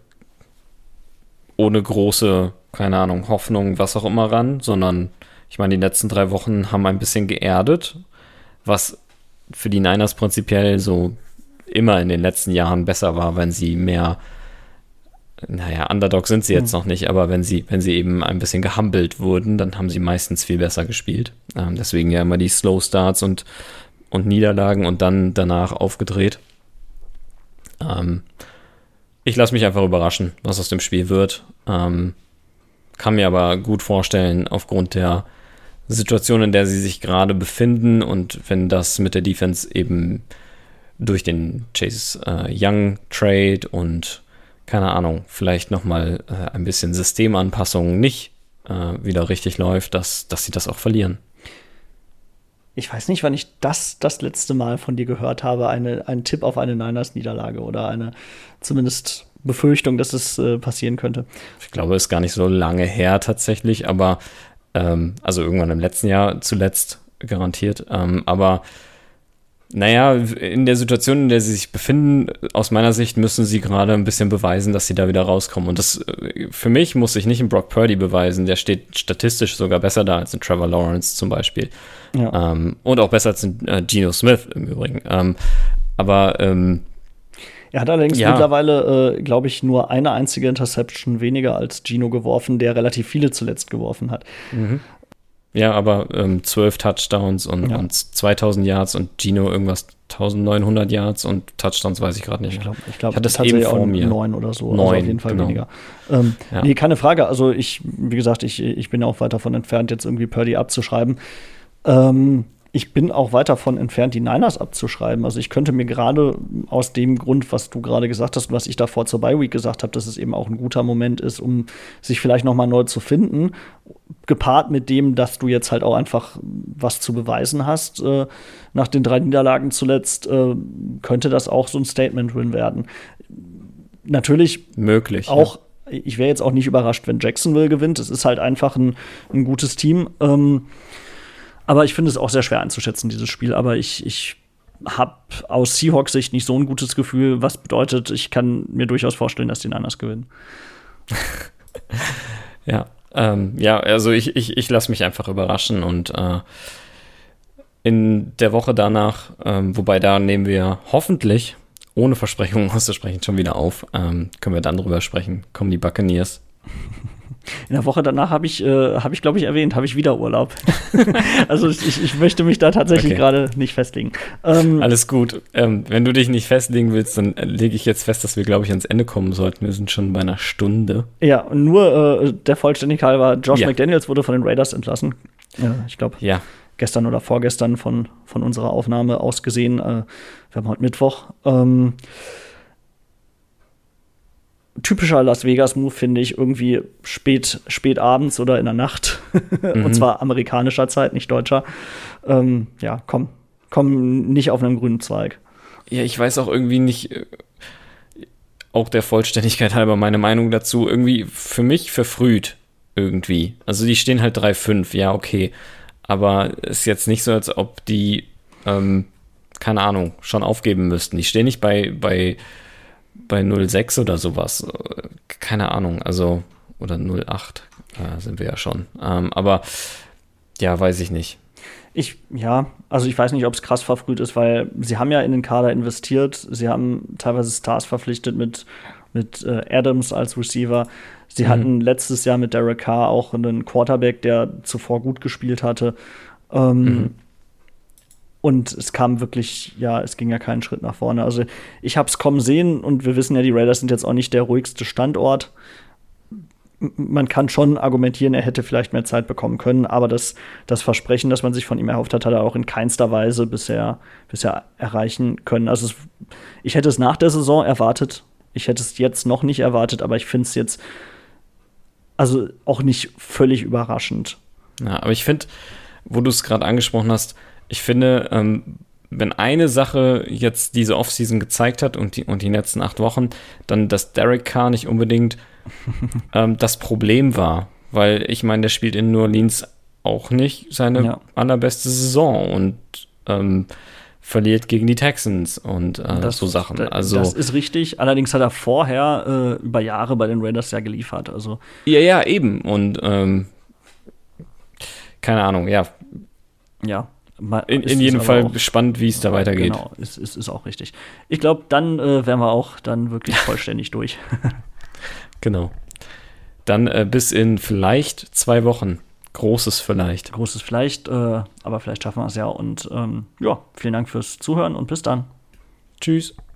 ohne große, keine Ahnung, Hoffnung, was auch immer ran, sondern ich meine, die letzten 3 Wochen haben ein bisschen geerdet, was für die Niners prinzipiell so immer in den letzten Jahren besser war, wenn sie mehr, Underdog sind sie jetzt noch nicht, aber wenn sie eben ein bisschen gehumbelt wurden, dann haben sie meistens viel besser gespielt. Deswegen ja immer die Slow Starts und Niederlagen und dann danach aufgedreht. Ich lasse mich einfach überraschen, was aus dem Spiel wird. Kann mir aber gut vorstellen, aufgrund der Situation, in der sie sich gerade befinden und wenn das mit der Defense eben durch den Chase Young Trade und keine Ahnung, vielleicht nochmal ein bisschen Systemanpassung nicht wieder richtig läuft, dass sie das auch verlieren. Ich weiß nicht, wann ich das letzte Mal von dir gehört habe, einen Tipp auf eine Niners-Niederlage oder eine zumindest Befürchtung, dass es passieren könnte. Ich glaube, es ist gar nicht so lange her tatsächlich, aber also irgendwann im letzten Jahr zuletzt garantiert. Aber in der Situation, in der sie sich befinden, aus meiner Sicht müssen sie gerade ein bisschen beweisen, dass sie da wieder rauskommen. Und das für mich muss sich nicht ein Brock Purdy beweisen. Der steht statistisch sogar besser da als ein Trevor Lawrence zum Beispiel. Ja. Und auch besser als ein Geno Smith im Übrigen. Er hat allerdings mittlerweile, glaube ich, nur eine einzige Interception weniger als Geno geworfen, der relativ viele zuletzt geworfen hat. Mhm. Ja, aber 12 Touchdowns und 2000 Yards und Geno irgendwas 1900 Yards und Touchdowns weiß ich gerade nicht. Ich glaube, das hat eben vor mir 9 oder so. 9, also auf jeden Fall weniger. Nee, keine Frage. Also wie gesagt, ich bin auch weit davon entfernt, jetzt irgendwie Purdy abzuschreiben. Ich bin auch weit davon entfernt, die Niners abzuschreiben. Also ich könnte mir gerade aus dem Grund, was du gerade gesagt hast und was ich davor zur Bye Week gesagt habe, dass es eben auch ein guter Moment ist, um sich vielleicht noch mal neu zu finden, gepaart mit dem, dass du jetzt halt auch einfach was zu beweisen hast. Nach den 3 Niederlagen zuletzt könnte das auch so ein Statement-Win werden. Natürlich möglich. Auch, ich wäre jetzt auch nicht überrascht, wenn Jacksonville gewinnt. Es ist halt einfach ein gutes Team. Aber ich finde es auch sehr schwer einzuschätzen, dieses Spiel. Aber ich habe aus Seahawks-Sicht nicht so ein gutes Gefühl, was bedeutet, ich kann mir durchaus vorstellen, dass die Niners gewinnen. Also ich lasse mich einfach überraschen und in der Woche danach, wobei da nehmen wir hoffentlich, ohne Versprechungen auszusprechen, schon wieder auf, können wir dann drüber sprechen, kommen die Buccaneers. In der Woche danach habe ich, glaube ich, erwähnt, habe ich wieder Urlaub. Also ich möchte mich da tatsächlich gerade nicht festlegen. Alles gut. Wenn du dich nicht festlegen willst, dann lege ich jetzt fest, dass wir, glaube ich, ans Ende kommen sollten. Wir sind schon bei einer Stunde. Ja, nur der Vollständigkeit halber, Josh McDaniels wurde von den Raiders entlassen. Ich glaube, gestern oder vorgestern von unserer Aufnahme aus gesehen. Wir haben heute Mittwoch. Typischer Las Vegas-Move, finde ich, irgendwie spät abends oder in der Nacht. Und zwar amerikanischer Zeit, nicht deutscher. Komm nicht auf einen grünen Zweig. Ja, ich weiß auch irgendwie nicht, auch der Vollständigkeit halber meine Meinung dazu, irgendwie für mich verfrüht irgendwie. Also die stehen halt 3-5, ja, okay. Aber es ist jetzt nicht so, als ob die, keine Ahnung, schon aufgeben müssten. Die stehen nicht bei 0,6 oder sowas. Keine Ahnung, also, oder 0,8 sind wir ja schon. Aber ja, weiß ich nicht. Ich weiß nicht, ob es krass verfrüht ist, weil sie haben ja in den Kader investiert. Sie haben teilweise Stars verpflichtet mit Adams als Receiver. Sie hatten letztes Jahr mit Derek Carr auch einen Quarterback, der zuvor gut gespielt hatte. Und es kam wirklich, es ging ja keinen Schritt nach vorne. Also ich habe es kommen sehen und wir wissen ja, die Raiders sind jetzt auch nicht der ruhigste Standort. Man kann schon argumentieren, er hätte vielleicht mehr Zeit bekommen können, aber das Versprechen, das man sich von ihm erhofft hat, hat er auch in keinster Weise bisher erreichen können. Also ich hätte es nach der Saison erwartet. Ich hätte es jetzt noch nicht erwartet, aber ich finde es jetzt also auch nicht völlig überraschend. Ja, aber ich finde, wo du es gerade angesprochen hast, ich finde, wenn eine Sache jetzt diese Offseason gezeigt hat und die letzten 8 Wochen, dann, dass Derek Carr nicht unbedingt das Problem war. Weil, ich meine, der spielt in New Orleans auch nicht seine allerbeste Saison und verliert gegen die Texans und so Sachen. Also, das ist richtig. Allerdings hat er vorher über Jahre bei den Raiders ja geliefert. Also. Ja, eben. Und keine Ahnung, ja. Ja. In jedem Fall spannend, wie es da weitergeht. Genau, ist auch richtig. Ich glaube, dann wären wir auch dann wirklich vollständig durch. Genau. Dann bis in vielleicht 2 Wochen. Großes vielleicht, aber vielleicht schaffen wir es ja. Und vielen Dank fürs Zuhören und bis dann. Tschüss.